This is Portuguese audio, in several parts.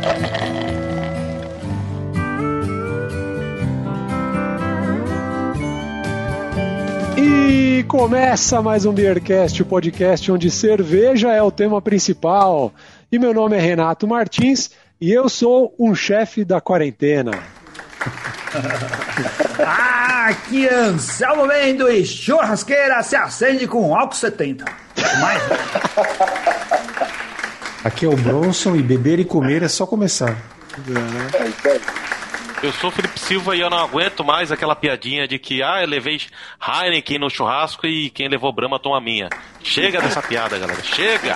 E começa mais um Beercast, o podcast onde cerveja é o tema principal. E meu nome é Renato Martins e eu sou um chefe da quarentena. Aqui Anselmo Mendes, churrasqueira se acende com álcool 70. Mais. Aqui é o Bronson e beber e comer é só começar. Eu sou o Felipe Silva e eu não aguento mais aquela piadinha de que eu levei Heineken no churrasco e quem levou Brahma toma minha. Chega dessa piada, galera. Chega!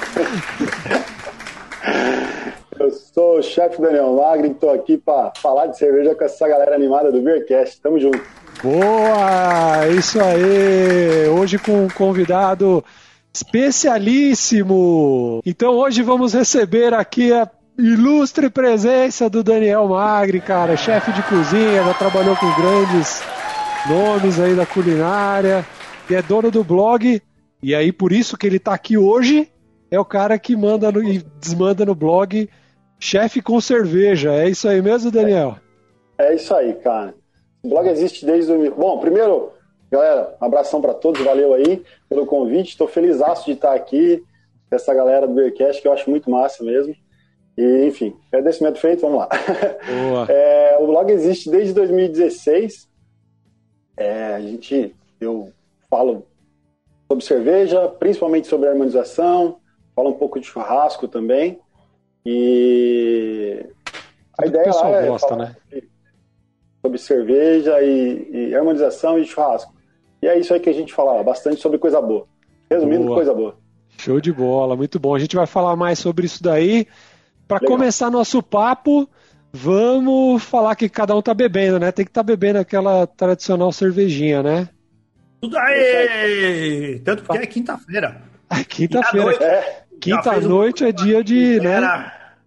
Eu sou o chefe Daniel Magri e estou aqui para falar de cerveja com essa galera animada do Beercast. Tamo junto. Boa! Isso aí! Hoje com um convidado especialíssimo. Então hoje vamos receber aqui a ilustre presença do Daniel Magri, cara, chefe de cozinha, já trabalhou com grandes nomes aí da culinária e é dono do blog, e aí por isso que ele tá aqui hoje, é o cara que manda e desmanda no blog Chefe com Cerveja. É isso aí mesmo, Daniel? É isso aí, cara. O blog existe desde... Bom, primeiro, galera, um abração para todos, valeu aí pelo convite, estou felizaço de estar aqui com essa galera do Beercast, que eu acho muito massa mesmo. E, enfim, agradecimento feito, vamos lá. O blog existe desde 2016. Eu falo sobre cerveja, principalmente sobre harmonização, falo um pouco de churrasco também. E a ideia lá é gosta, falar, né? sobre cerveja e harmonização e churrasco. E é isso aí que a gente fala, bastante sobre coisa boa. Resumindo, coisa boa. Show de bola, muito bom. A gente vai falar mais sobre isso daí. Para começar nosso papo, vamos falar que cada um tá bebendo, né? Tem que estar bebendo aquela tradicional cervejinha, né? Tudo aí! Tanto porque é quinta-feira. É quinta-feira. Quinta-noite é dia de, né?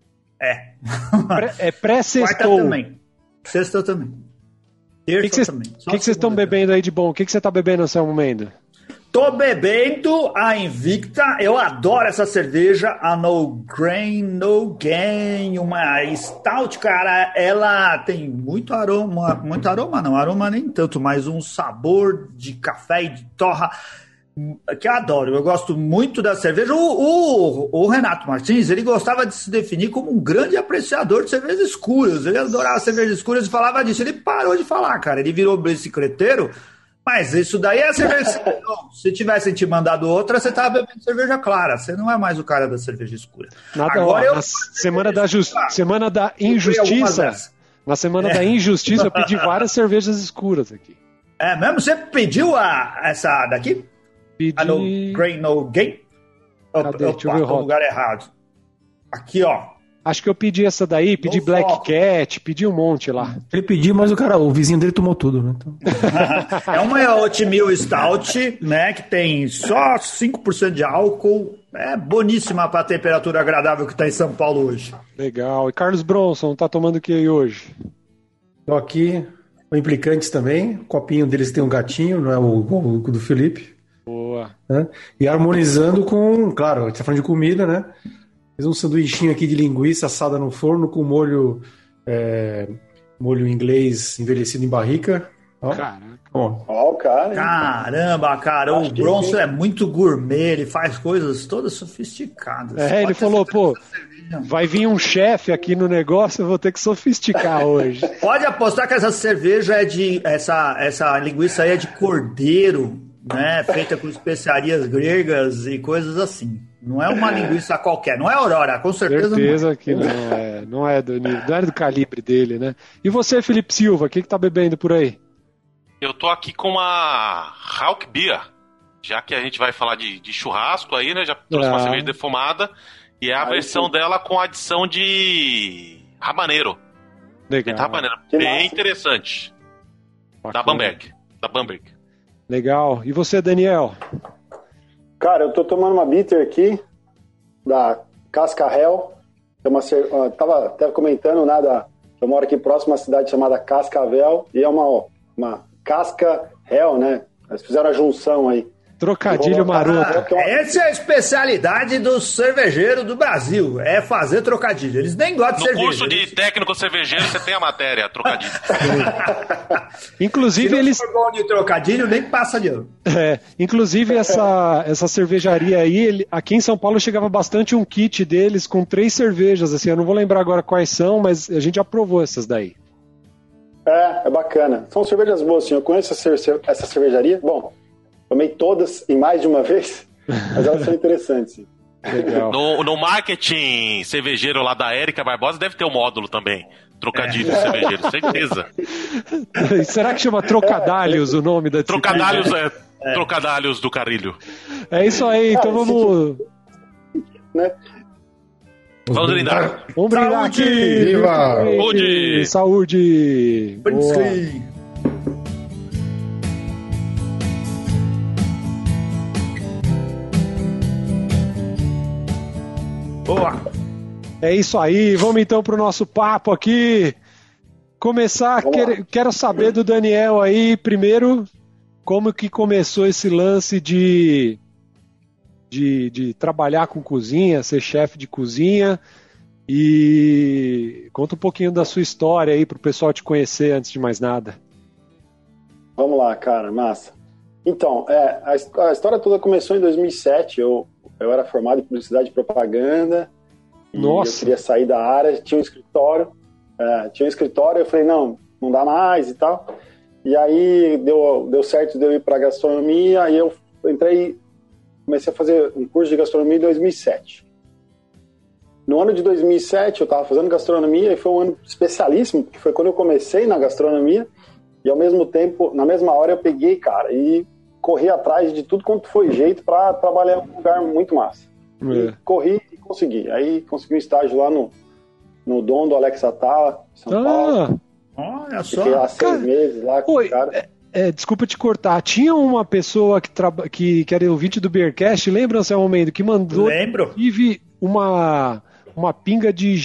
É pré-sextou. Quarta também. Sexta também. Terça também. O que vocês estão bebendo aí de bom? O que você tá bebendo nesse momento? Tô bebendo a Invicta, eu adoro essa cerveja, a No Grain, No Gain, uma stout, cara, ela tem muito aroma nem tanto, mas um sabor de café e de torra que eu adoro, eu gosto muito da cerveja. O Renato Martins, ele gostava de se definir como um grande apreciador de cervejas escuras, ele adorava cervejas escuras e falava disso, ele parou de falar, cara, ele virou bicicleteiro. Mas isso daí é cerveja. Se tivessem te mandado outra, você tava bebendo cerveja clara. Você não é mais o cara da cerveja escura. Agora na semana da injustiça. Na semana da injustiça, eu pedi várias cervejas escuras aqui. É mesmo? Você pediu essa daqui? Pedi. A No Grain, No Gain? Deixa eu ver no lugar errado. Aqui, ó. Acho que eu pedi essa daí, pedi Black Cat, pedi um monte lá. Ele pediu, mas o vizinho dele tomou tudo, né? Então... É uma Oatmeal Stout, né? Que tem só 5% de álcool. É boníssima para a temperatura agradável que está em São Paulo hoje. Legal. E Carlos Bronson, tá tomando o que aí hoje? Tô aqui, o Implicantes também. O copinho deles tem um gatinho, não é o do Felipe. Boa. Né? E harmonizando com, claro, a gente tá falando de comida, né? Fiz um sanduichinho aqui de linguiça assada no forno com molho inglês envelhecido em barrica. Ó. Caraca. Ó, cara. Caramba, cara, o Bronson é muito gourmet, ele faz coisas todas sofisticadas. Ele falou, vai vir um chefe aqui no negócio, eu vou ter que sofisticar hoje. Pode apostar que essa cerveja essa linguiça aí é de cordeiro, né? Feita com especiarias gregas e coisas assim. Não é uma linguiça qualquer, não é Aurora, com certeza não é. Certeza que não é do calibre dele, né? E você, Felipe Silva, o que tá bebendo por aí? Eu tô aqui com a Hauck Beer, já que a gente vai falar de churrasco aí, né? Já trouxe uma cerveja defumada, e é a versão dela com adição de habanero. Legal. Habanero. Bem interessante. Da Bamberg. Legal. E você, Daniel? Cara, eu tô tomando uma bitter aqui, da Cascavel. Tava até comentando, né, eu moro aqui próximo a uma cidade chamada Cascavel, e é uma Cascavel, né? Eles fizeram a junção aí. Trocadilho maroto. Essa é a especialidade do cervejeiro do Brasil, é fazer trocadilho. Eles nem gostam de cerveja. No curso de técnico cervejeiro você tem a matéria, trocadilho. Inclusive, se não eles... for bom de trocadilho, nem passa de ano. Inclusive, essa cervejaria aí, aqui em São Paulo chegava bastante um kit deles com 3 cervejas, assim, eu não vou lembrar agora quais são, mas a gente já provou essas daí. É bacana. São cervejas boas, sim. Eu conheço essa cervejaria. Bom, tomei todas em mais de uma vez, mas elas são interessantes, sim. Legal. No marketing cervejeiro lá da Érica Barbosa deve ter um módulo também. Trocadilho cervejeiro, certeza. Será que chama Trocadalhos o nome da Trocadalhos Trocadalhos do Carrilho. É isso aí, então vamos... Né? Vamos brindar. Vamos brindar Saúde! aqui. Viva! Saúde! Boa. Boa! É isso aí, vamos então pro nosso papo aqui. Começar, quero saber do Daniel aí, primeiro, como que começou esse lance de trabalhar com cozinha, ser chefe de cozinha, e conta um pouquinho da sua história aí pro pessoal te conhecer antes de mais nada. Vamos lá, cara, massa. Então, a história toda começou em 2007, eu era formado em publicidade e propaganda. Nossa. Eu queria sair da área, tinha um escritório, eu falei, não dá mais e tal. E aí deu certo de eu ir para gastronomia, aí eu comecei a fazer um curso de gastronomia em 2007. No ano de 2007 eu estava fazendo gastronomia e foi um ano especialíssimo, porque foi quando eu comecei na gastronomia e ao mesmo tempo, na mesma hora eu peguei, cara, e corri atrás de tudo quanto foi jeito para trabalhar em um lugar muito massa. E corri e consegui. Aí consegui um estágio lá no Dom do Alex Atala, São Paulo. Olha só. Fiquei lá 6 meses lá com o cara. Desculpa te cortar. Tinha uma pessoa que era ouvinte do Beercast, lembra, Anselmo Mendo, que mandou inclusive uma pinga de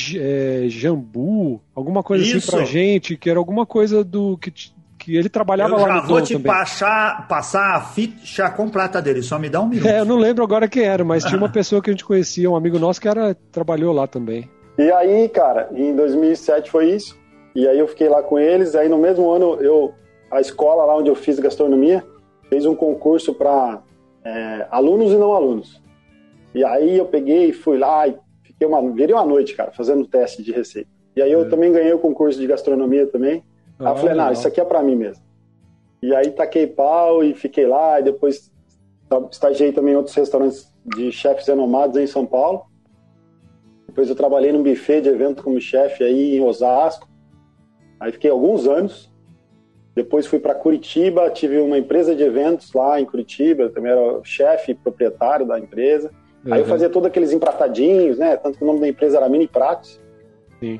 jambu, alguma coisa assim pra gente, que era alguma coisa do que ele trabalhava lá no Dom. Eu já vou te passar a ficha completa dele, só me dá um minuto. Eu não lembro agora quem era, mas tinha uma pessoa que a gente conhecia, um amigo nosso que trabalhou lá também. E aí, cara, em 2007 foi isso. E aí eu fiquei lá com eles. Aí no mesmo ano, a escola lá onde eu fiz gastronomia fez um concurso para alunos e não alunos. E aí eu peguei, fui lá e virei uma noite, cara, fazendo teste de receita. E aí eu também ganhei o concurso de gastronomia também. Aí eu falei, não, isso aqui é pra mim mesmo. E aí taquei pau e fiquei lá. E depois estagiei também em outros restaurantes de chefes renomados em São Paulo. Depois eu trabalhei num buffet de evento como chefe aí em Osasco. Aí fiquei alguns anos. Depois fui para Curitiba, tive uma empresa de eventos lá em Curitiba. Eu também era chefe e proprietário da empresa. Aí eu fazia todos aqueles empratadinhos, né? Tanto que o nome da empresa era Mini Pratos. Sim.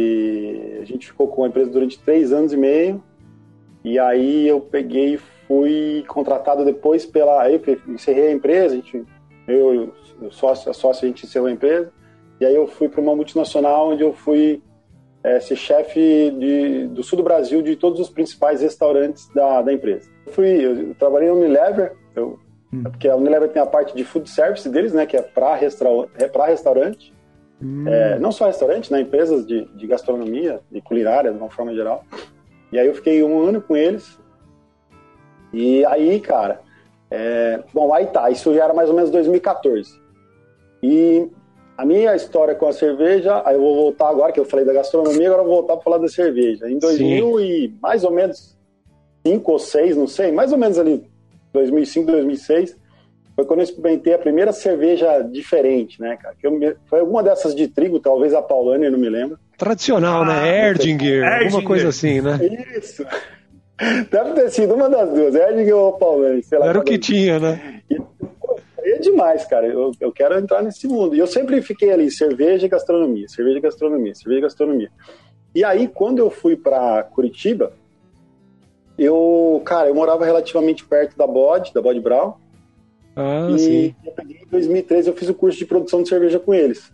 E a gente ficou com a empresa durante 3 anos e meio. E aí eu peguei e fui contratado depois aí eu encerrei a empresa, eu e o sócio, a gente encerrou a empresa. E aí eu fui para uma multinacional onde eu fui ser chefe do sul do Brasil de todos os principais restaurantes da empresa. Eu trabalhei na Unilever, porque a Unilever tem a parte de food service deles, né, que é para restaurante. Não só restaurante, né, empresas de gastronomia e culinária, de uma forma geral. E aí eu fiquei 1 ano com eles. E aí, cara, isso já era mais ou menos 2014. E a minha história com a cerveja, aí eu vou voltar agora, que eu falei da gastronomia, agora eu vou voltar para falar da cerveja. Em 2000 e mais ou menos 5 ou 6, não sei, mais ou menos ali, 2005, 2006, foi quando eu experimentei a primeira cerveja diferente, né, cara? Foi alguma dessas de trigo, talvez a Paulaner, não me lembro. Tradicional, né? Erdinger, alguma coisa assim, né? Isso. Deve ter sido uma das duas, Erdinger ou Paulaner, sei lá. Era o que tinha, né? É demais, cara. Eu quero entrar nesse mundo. E eu sempre fiquei ali, cerveja e gastronomia, cerveja e gastronomia, cerveja e gastronomia. E aí, quando eu fui pra Curitiba, eu morava relativamente perto da Bode Brau. Sim. Em 2013 eu fiz o curso de produção de cerveja com eles.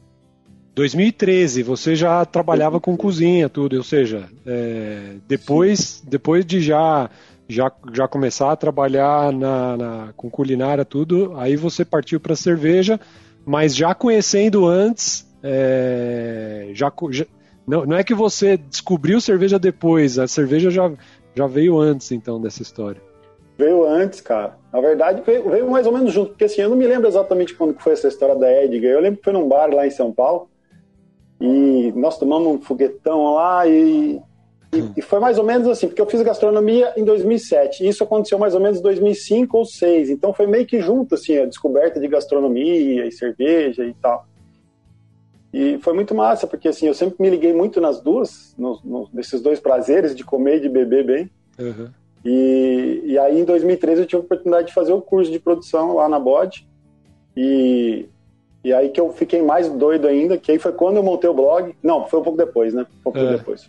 2013, você já trabalhava com cozinha, tudo, ou seja, depois de já já começar a trabalhar com culinária, tudo, aí você partiu para cerveja, mas já conhecendo antes, não é que você descobriu cerveja depois, a cerveja já veio antes, então, dessa história. Veio antes, cara. Na verdade, veio mais ou menos junto, porque assim, eu não me lembro exatamente quando que foi essa história da Edgar. Eu lembro que foi num bar lá em São Paulo, e nós tomamos um foguetão lá, e foi mais ou menos assim, porque eu fiz gastronomia em 2007, e isso aconteceu mais ou menos em 2005 ou 2006, então foi meio que junto, assim, a descoberta de gastronomia e cerveja e tal. E foi muito massa, porque assim, eu sempre me liguei muito nas duas, nesses dois prazeres de comer e de beber bem. Uhum. E aí em 2013 eu tive a oportunidade de fazer o curso de produção lá na Bod, e aí que eu fiquei mais doido ainda, que aí foi quando eu montei o blog. Não, foi um pouco depois, né? Depois.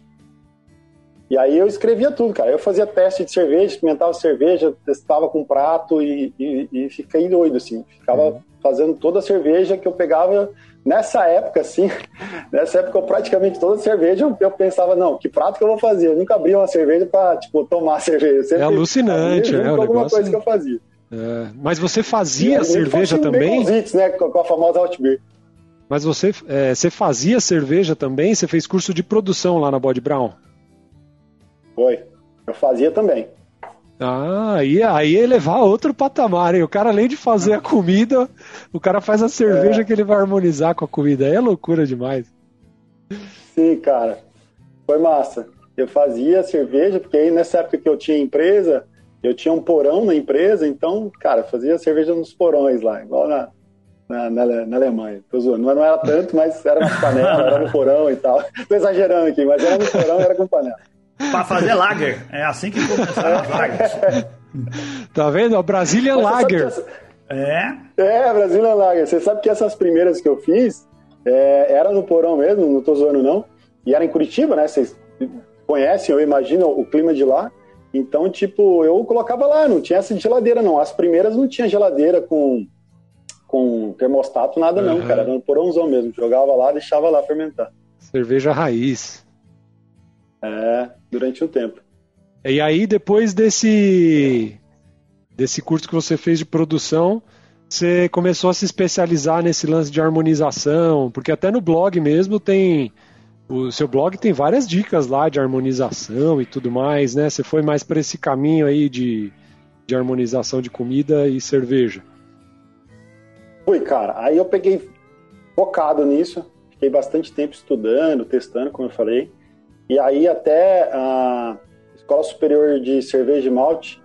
E aí eu escrevia tudo, cara. Eu fazia teste de cerveja, experimentava cerveja, testava com prato e fiquei doido, assim. Ficava fazendo toda a cerveja que eu pegava. Nessa época, assim, eu praticamente toda cerveja eu pensava, não, que prato que eu vou fazer? Eu nunca abria uma cerveja pra, tipo, tomar cerveja. É alucinante, né? Alguma coisa que eu fazia. Mas você fazia cerveja também? Baconzitos, né? Com a famosa Alt Beer. Mas você fazia cerveja também? Você fez curso de produção lá na Bod Brown? Foi. Eu fazia também. Aí é levar outro patamar, hein? O cara, além de fazer a comida, o cara faz a cerveja que ele vai harmonizar com a comida. Aí é loucura demais. Sim, cara. Foi massa. Eu fazia cerveja, porque aí nessa época que eu tinha empresa, eu tinha um porão na empresa, então, cara, fazia cerveja nos porões lá, igual na Alemanha. Tô zoando. Não era tanto, mas era nas panelas, era no porão e tal. Tô exagerando aqui, mas era no porão, era com panela. Pra fazer lager. É assim que começaram as lagers. Tá vendo? A Brazilian Lager. Brazilian Lager. Você sabe que essas primeiras que eu fiz era no porão mesmo, não tô zoando não. E era em Curitiba, né? Vocês conhecem, eu imagino, o clima de lá. Então, tipo, eu colocava lá, não tinha essa de geladeira não. As primeiras não tinha geladeira com termostato, nada não, cara. Era no porãozão mesmo. Jogava lá, deixava lá fermentar. Cerveja raiz. Durante um tempo. E aí, depois desse curso que você fez de produção, você começou a se especializar nesse lance de harmonização, porque até no blog mesmo o seu blog tem várias dicas lá de harmonização e tudo mais, né? Você foi mais para esse caminho aí de harmonização de comida e cerveja. Fui, cara. Aí eu peguei focado nisso, fiquei bastante tempo estudando, testando, como eu falei. E aí até a Escola Superior de Cerveja e Malte,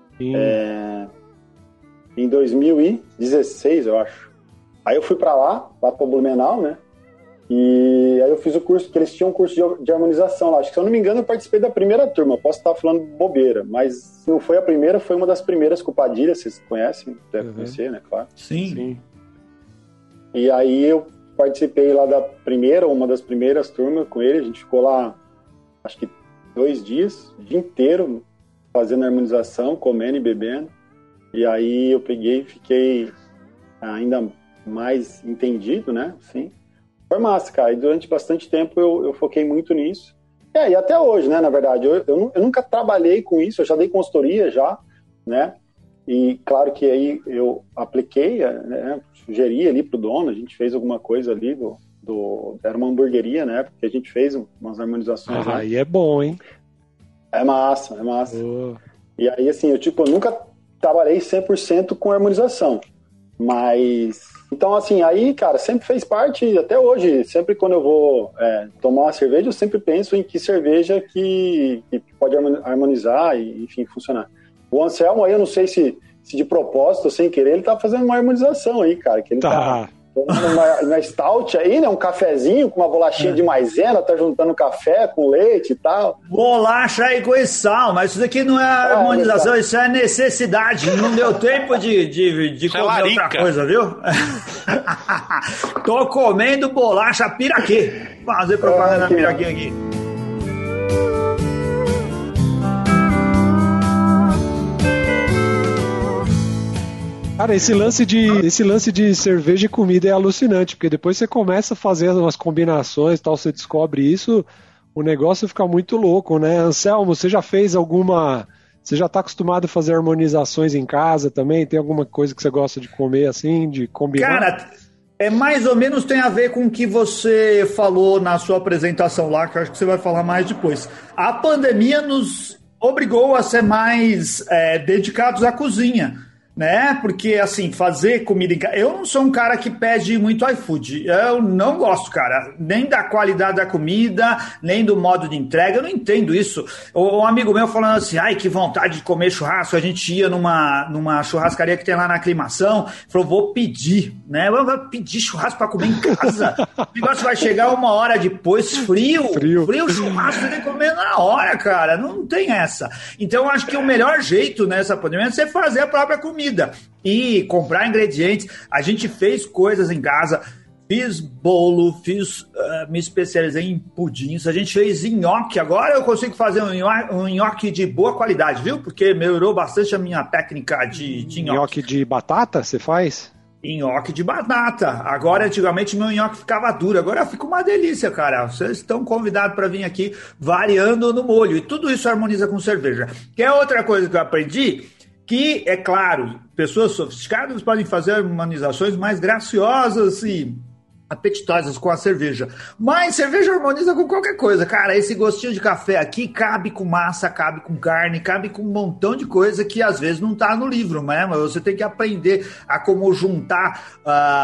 em 2016, eu acho. Aí eu fui para lá para Blumenau, né? E aí eu fiz o curso, que eles tinham um curso de harmonização lá. Acho que, se eu não me engano, eu participei da primeira turma. Posso estar falando bobeira, mas se não foi a primeira, foi uma das primeiras com o Padilha, vocês conhecem? Deve conhecer, né? Claro. Sim. E aí eu participei lá da primeira, uma das primeiras turmas com ele. A gente ficou lá, acho que 2 dias, o dia inteiro, fazendo harmonização, comendo e bebendo. E aí eu peguei e fiquei ainda mais entendido, né? Assim. Foi massa, cara. E durante bastante tempo eu foquei muito nisso. E até hoje, né? Na verdade, eu nunca trabalhei com isso. Eu já dei consultoria, né? E claro que aí eu apliquei, né? Sugeri ali pro dono. A gente fez alguma coisa ali era uma hamburgueria, né? Porque a gente fez umas harmonizações. Aí é bom, hein? É massa. E aí, assim, eu nunca trabalhei 100% com harmonização. Mas... Então, assim, aí, cara, sempre fez parte, até hoje, sempre quando eu vou tomar uma cerveja, eu sempre penso em que cerveja que pode harmonizar e, enfim, funcionar. O Anselmo aí, eu não sei se de propósito ou sem querer, ele tá fazendo uma harmonização aí, cara, que ele tá tomando uma stout aí, né, um cafezinho com uma bolachinha de maisena, tá juntando café com leite e tal. Bolacha aí com sal, mas isso aqui não é harmonização, isso é necessidade, não deu tempo de comer outra coisa, viu? Tô comendo bolacha piraquê, fazer propaganda piraquê aqui. Cara, esse lance de cerveja e comida é alucinante, porque depois você começa a fazer umas combinações e tal, você descobre isso, o negócio fica muito louco, né? Anselmo, você já fez alguma Você já está acostumado a fazer harmonizações em casa também? Tem alguma coisa que você gosta de comer assim, de combinar? Cara, mais ou menos tem a ver com o que você falou na sua apresentação lá, que eu acho que você vai falar mais depois. A pandemia nos obrigou a ser mais dedicados à cozinha, né? Porque, assim, fazer comida em casa... Eu não sou um cara que pede muito iFood. Eu não gosto, cara. Nem da qualidade da comida, nem do modo de entrega. Eu não entendo isso. Um amigo meu falando assim, ai, que vontade de comer churrasco. A gente ia numa churrascaria que tem lá na Aclimação. Falou, vou pedir, né? Eu vou pedir churrasco pra comer em casa. O negócio vai chegar 1 hora depois, frio churrasco, você tem que comer na hora, cara. Não tem essa. Então, eu acho que o melhor jeito nessa pandemia é você fazer a própria comida. E comprar ingredientes. A gente fez coisas em casa, fiz bolo, me especializei em pudins, a gente fez nhoque. Agora eu consigo fazer um nhoque de boa qualidade, viu? Porque melhorou bastante a minha técnica de nhoque. Nhoque de batata você faz? Nhoque de batata. Agora, antigamente, meu nhoque ficava duro. Agora fica uma delícia, cara. Vocês estão convidados para vir aqui variando no molho. E tudo isso harmoniza com cerveja. Que é outra coisa que eu aprendi, que, é claro, pessoas sofisticadas podem fazer harmonizações mais graciosas e apetitosas com a cerveja. Mas cerveja harmoniza com qualquer coisa, cara. Esse gostinho de café aqui cabe com massa, cabe com carne, cabe com um montão de coisa que às vezes não tá no livro, né? Mas você tem que aprender a como juntar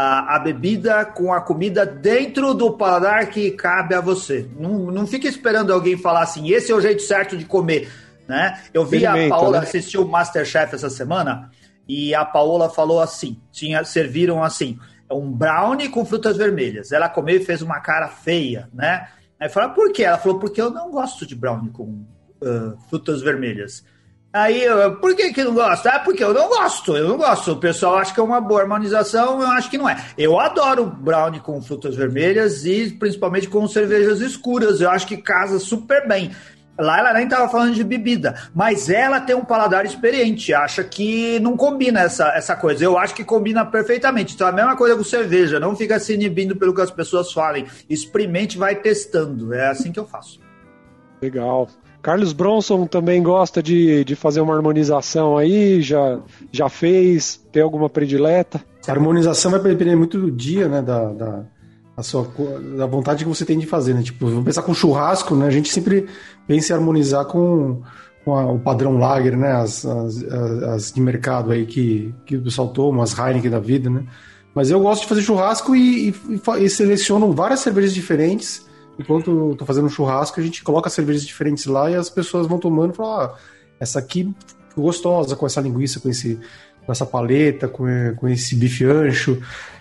a bebida com a comida dentro do paladar que cabe a você. Não fica esperando alguém falar assim, esse é o jeito certo de comer. Né? Eu vi a Paola assistir o Masterchef essa semana e a Paola falou assim, serviram assim, um brownie com frutas vermelhas. Ela comeu e fez uma cara feia, né? Aí falou, por quê? Ela falou, porque eu não gosto de brownie com frutas vermelhas. Aí, por que não gosta? Porque eu não gosto. O pessoal acha que é uma boa harmonização, eu acho que não é. Eu adoro brownie com frutas vermelhas e principalmente com cervejas escuras. Eu acho que casa super bem. Lá ela nem estava falando de bebida, mas ela tem um paladar experiente, acha que não combina essa coisa. Eu acho que combina perfeitamente. Então a mesma coisa com cerveja, não fica se inibindo pelo que as pessoas falem. Experimente, vai testando. É assim que eu faço. Legal. Carlos Bronson também gosta de fazer uma harmonização aí, já fez, tem alguma predileta? A harmonização vai depender muito do dia, né, da vontade que você tem de fazer, né? Tipo, vamos pensar com churrasco, né? A gente sempre pensa em harmonizar com o padrão Lager, né? As de mercado aí que o pessoal toma, as Heineken da vida, né? Mas eu gosto de fazer churrasco e seleciono várias cervejas diferentes. Enquanto eu tô fazendo um churrasco, a gente coloca cervejas diferentes lá e as pessoas vão tomando e falam, essa aqui ficou gostosa com essa linguiça, com essa paleta, com esse bife ancho.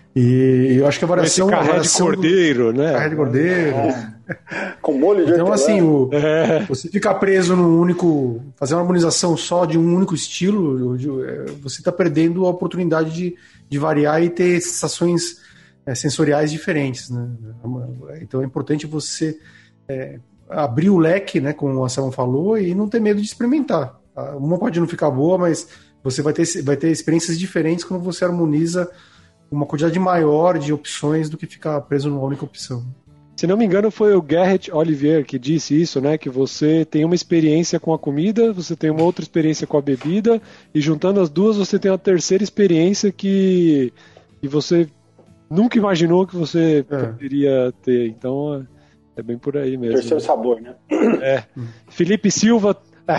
E eu acho que a variação... Esse carré de cordeiro, né? Carré de cordeiro. Com molho de Então, assim, você ficar preso num único... Fazer uma harmonização só de um único estilo, você está perdendo a oportunidade de variar e ter sensações sensoriais diferentes, né? Então é importante você abrir o leque, né, como o Anselmo falou, e não ter medo de experimentar. Uma pode não ficar boa, mas você vai ter experiências diferentes quando você harmoniza uma quantidade maior de opções do que ficar preso numa única opção. Se não me engano, foi o Gerrit Olivier que disse isso, né? Que você tem uma experiência com a comida, você tem uma outra experiência com a bebida, e juntando as duas, você tem uma terceira experiência que você nunca imaginou que você poderia ter. Então, é bem por aí mesmo. Terceiro sabor, né? Felipe Silva,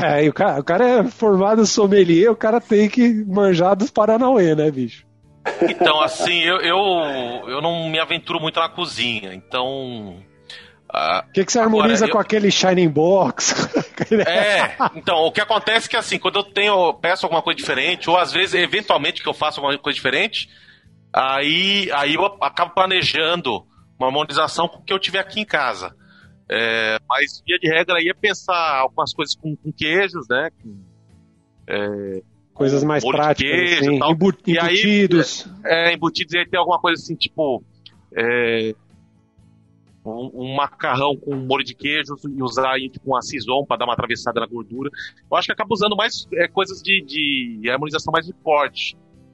o cara é formado sommelier, o cara tem que manjar dos Paranauê, né, bicho? Então, assim, eu não me aventuro muito na cozinha, então... O que você harmoniza com aquele Shining Box? Então, o que acontece é que, assim, quando peço alguma coisa diferente, ou às vezes, eventualmente, que eu faço alguma coisa diferente, aí eu acabo planejando uma harmonização com o que eu tiver aqui em casa. Mas, via de regra, aí é pensar algumas coisas com queijos, né? Coisas mais práticas, queijo, assim, embutidos. Embutidos, e aí tem alguma coisa assim, tipo um macarrão com molho de queijo e usar aí tipo uma Saison para dar uma atravessada na gordura. Eu acho que acaba usando mais coisas de harmonização mais de corte.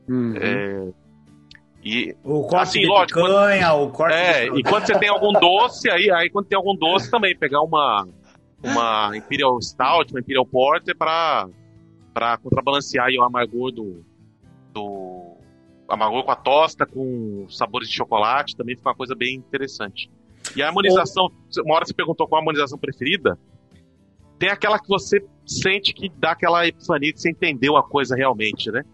O corte assim, de lógico, picanha, o corte e quando você tem algum doce, aí quando tem algum doce também, pegar uma Imperial Stout, uma Imperial Porter para para contrabalancear aí o amargor do amargor com a tosta, com sabores de chocolate, também fica uma coisa bem interessante. E a harmonização, uma hora você perguntou qual a harmonização preferida, tem aquela que você sente que dá aquela epifania que você entendeu a coisa realmente, né?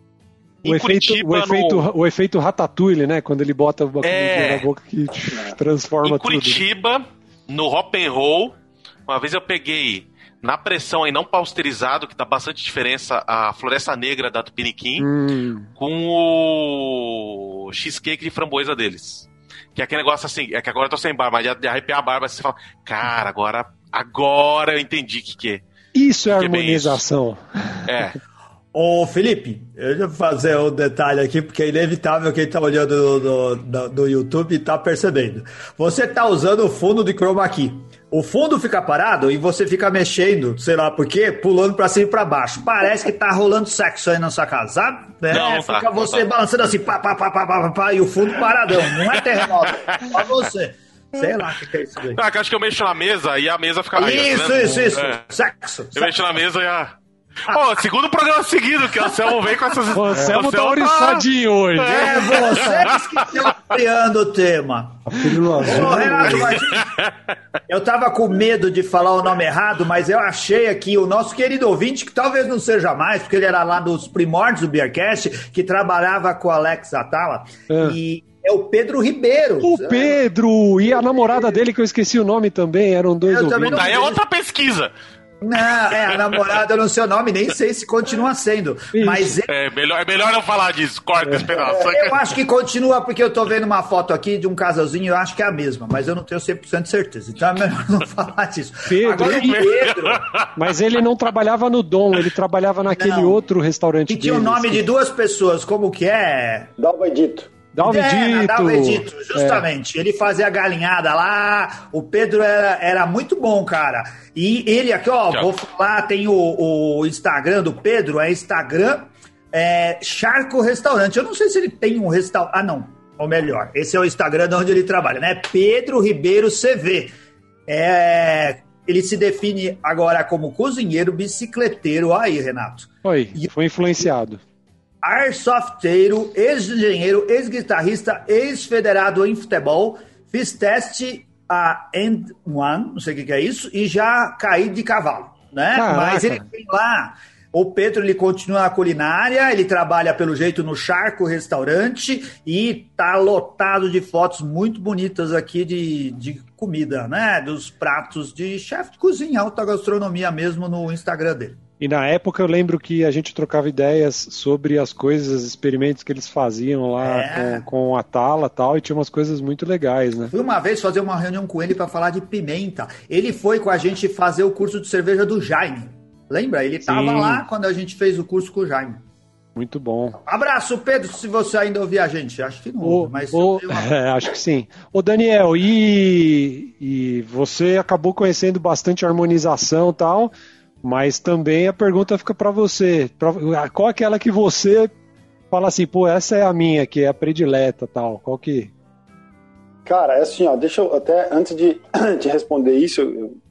O efeito Ratatouille, né? Quando ele bota a comida na boca que transforma tudo. Em Curitiba, no Hop and Roll, uma vez eu peguei na pressão aí não pasteurizado, que dá bastante diferença, a Floresta Negra da Tupiniquim, com o cheesecake de framboesa deles. Que é aquele negócio assim, é que agora eu tô sem barba, mas de arrepiar a barba, você fala, cara, agora eu entendi o que é. Isso é harmonização. É. Ô, Felipe, eu vou fazer um detalhe aqui, porque é inevitável quem tá olhando do YouTube tá percebendo. Você tá usando o fundo de chroma key. O fundo fica parado e você fica mexendo, sei lá por quê, pulando pra cima e pra baixo. Parece que tá rolando sexo aí na sua casa, sabe? Não, fica você balançando assim, pá, e o fundo paradão. Não é terremoto, só você. Sei lá o que é isso aí. Acho que eu mexo na mesa e a mesa fica... Isso. É. Sexo. Eu mexo na mesa e a... segundo programa seguido, que o Anselmo vem com essas... O Anselmo tá oriçadinho hoje. Vocês que estão criando o tema. Ô, Renato Martins, eu tava com medo de falar o nome errado, mas eu achei aqui o nosso querido ouvinte, que talvez não seja mais, porque ele era lá dos primórdios do Beercast, que trabalhava com o Alex Atala, e... é o Pedro Ribeiro. O Pedro! E a namorada dele, que eu esqueci o nome também, eram dois ouvintes. Daí é outra pesquisa. Não, a namorada, eu não sei o nome, nem sei se continua sendo. Mas é melhor não falar disso, corta esse pedaço. Eu acho que continua, porque eu tô vendo uma foto aqui de um casalzinho, eu acho que é a mesma, mas eu não tenho 100% de certeza. Então é melhor não falar disso. Agora o Pedro... Mas ele não trabalhava no Dom, ele trabalhava naquele outro restaurante. E tinha o nome de duas pessoas, como que é? Dalvedito, justamente. Ele fazia a galinhada lá. O Pedro era muito bom, cara. E ele aqui, vou falar, tem o Instagram do Pedro, é Instagram Charco Restaurante. Eu não sei se ele tem um restaurante. Ah, não. Ou melhor, esse é o Instagram de onde ele trabalha, né? Pedro Ribeiro CV. Ele se define agora como cozinheiro, bicicleteiro. Aí, Renato. Foi influenciado. Airsofteiro, ex-engenheiro, ex-guitarrista, ex-federado em futebol, fiz teste a End One, não sei o que é isso, e já caí de cavalo, né? Caraca. Mas ele tem lá, o Pedro, ele continua na culinária, ele trabalha pelo jeito no Charco Restaurante e tá lotado de fotos muito bonitas aqui de comida, né? Dos pratos de chefe de cozinha, alta gastronomia mesmo no Instagram dele. E na época eu lembro que a gente trocava ideias sobre as coisas, experimentos que eles faziam lá com a Tala e tal, e tinha umas coisas muito legais, né? Fui uma vez fazer uma reunião com ele para falar de pimenta. Ele foi com a gente fazer o curso de cerveja do Jaime. Lembra? Ele estava lá quando a gente fez o curso com o Jaime. Muito bom. Abraço, Pedro, se você ainda ouvir a gente. Acho que não ouve, mas... acho que sim. Ô, Daniel, e você acabou conhecendo bastante harmonização e tal... Mas também a pergunta fica para você. Qual é aquela que você fala assim, essa é a minha, que é a predileta tal? Qual que... Cara, é assim, deixa eu até, antes de responder isso,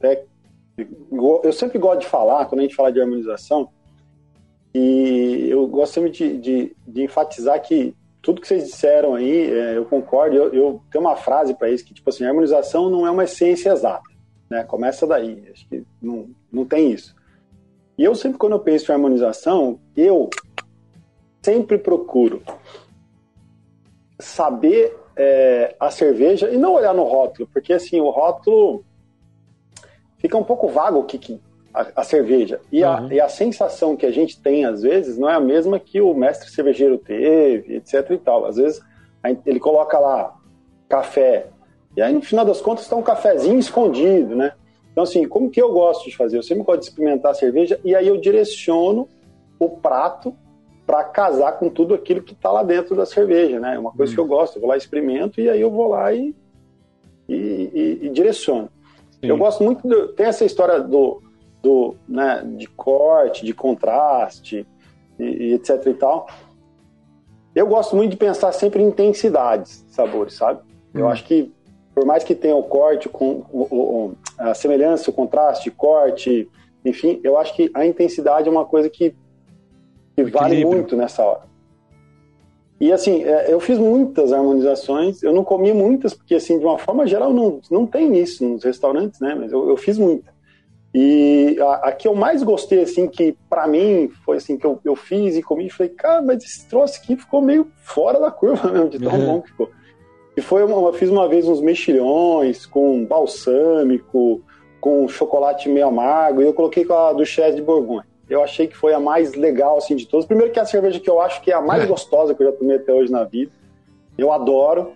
eu sempre gosto de falar, quando a gente fala de harmonização, e eu gosto sempre de enfatizar que tudo que vocês disseram aí, eu concordo, eu tenho uma frase para isso, que tipo assim, a harmonização não é uma ciência exata, né? Começa daí, acho que não tem isso. E eu sempre, quando eu penso em harmonização, eu sempre procuro saber a cerveja e não olhar no rótulo, porque assim, o rótulo fica um pouco vago a cerveja. E a sensação que a gente tem, às vezes, não é a mesma que o mestre cervejeiro teve, etc e tal. Às vezes, ele coloca lá café, e aí, no final das contas, está um cafezinho escondido, né? Então, assim, como que eu gosto de fazer? Eu sempre gosto de experimentar a cerveja e aí eu direciono o prato para casar com tudo aquilo que está lá dentro da cerveja, né? É uma coisa que eu gosto. Eu vou lá, experimento e aí eu vou lá e direciono. Sim. Eu gosto muito... Tem essa história né, de corte, de contraste e etc e tal. Eu gosto muito de pensar sempre em intensidades, sabores, sabe? Eu acho que por mais que tenha o corte, a semelhança, o contraste, corte, Enfim, eu acho que a intensidade é uma coisa que vale muito nessa hora. E assim, eu fiz muitas harmonizações, eu não comi muitas, porque assim, de uma forma geral não tem isso nos restaurantes, né? Mas eu fiz muita. E a que eu mais gostei, assim, que pra mim foi assim, que eu fiz e comi, e falei, cara, mas esse troço aqui ficou meio fora da curva mesmo, de tão bom que ficou. E eu fiz uma vez uns mexilhões com balsâmico, com chocolate meio amargo, e eu coloquei com a Duchesse de Borgonha. Eu achei que foi a mais legal, assim, de todas. Primeiro que é a cerveja que eu acho que é a mais gostosa que eu já tomei até hoje na vida. Eu adoro.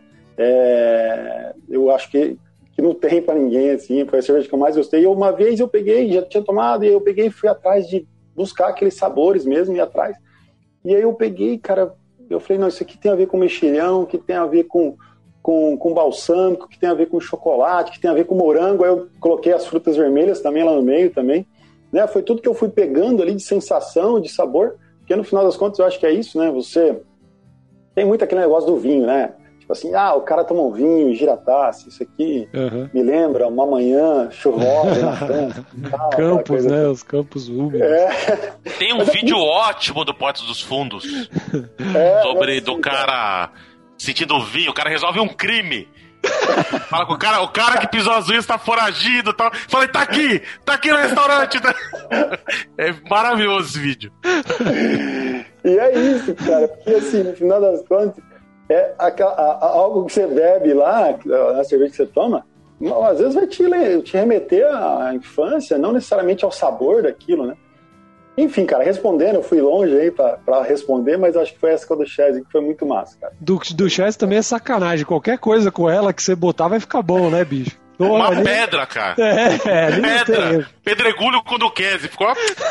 Eu acho que não tem pra ninguém, assim. Foi a cerveja que eu mais gostei. E uma vez eu peguei, já tinha tomado, e eu peguei e fui atrás de buscar aqueles sabores mesmo, ir atrás. E aí eu peguei, cara, eu falei, não, isso aqui tem a ver com mexilhão, que tem a ver com balsâmico, que tem a ver com chocolate, que tem a ver com morango. Aí eu coloquei as frutas vermelhas também lá no meio também. Né? Foi tudo que eu fui pegando ali de sensação, de sabor, porque no final das contas eu acho que é isso, né? Você tem muito aquele negócio do vinho, né? Tipo assim, o cara toma um vinho, gira a taça, isso aqui me lembra uma manhã chuvosa na França. Campos, né? Assim. Os campos úmidos. Tem um vídeo ótimo do Portos dos Fundos sobre do cara sentindo vinho, o cara resolve um crime. Fala com o cara que pisou as unhas tá foragido e tal. Falei, tá aqui no restaurante. É maravilhoso esse vídeo. E é isso, cara, porque assim, no final das contas, algo que você bebe lá, na cerveja que você toma, às vezes vai te remeter à infância, não necessariamente ao sabor daquilo, né? Enfim, cara, respondendo, eu fui longe aí pra responder, mas acho que foi essa com a Duchesse, que foi muito massa, cara. Duchesse também é sacanagem. Qualquer coisa com ela que você botar vai ficar bom, né, bicho? Uma pedra, cara. Pedra. Pedregulho com Duquesne. Ficou?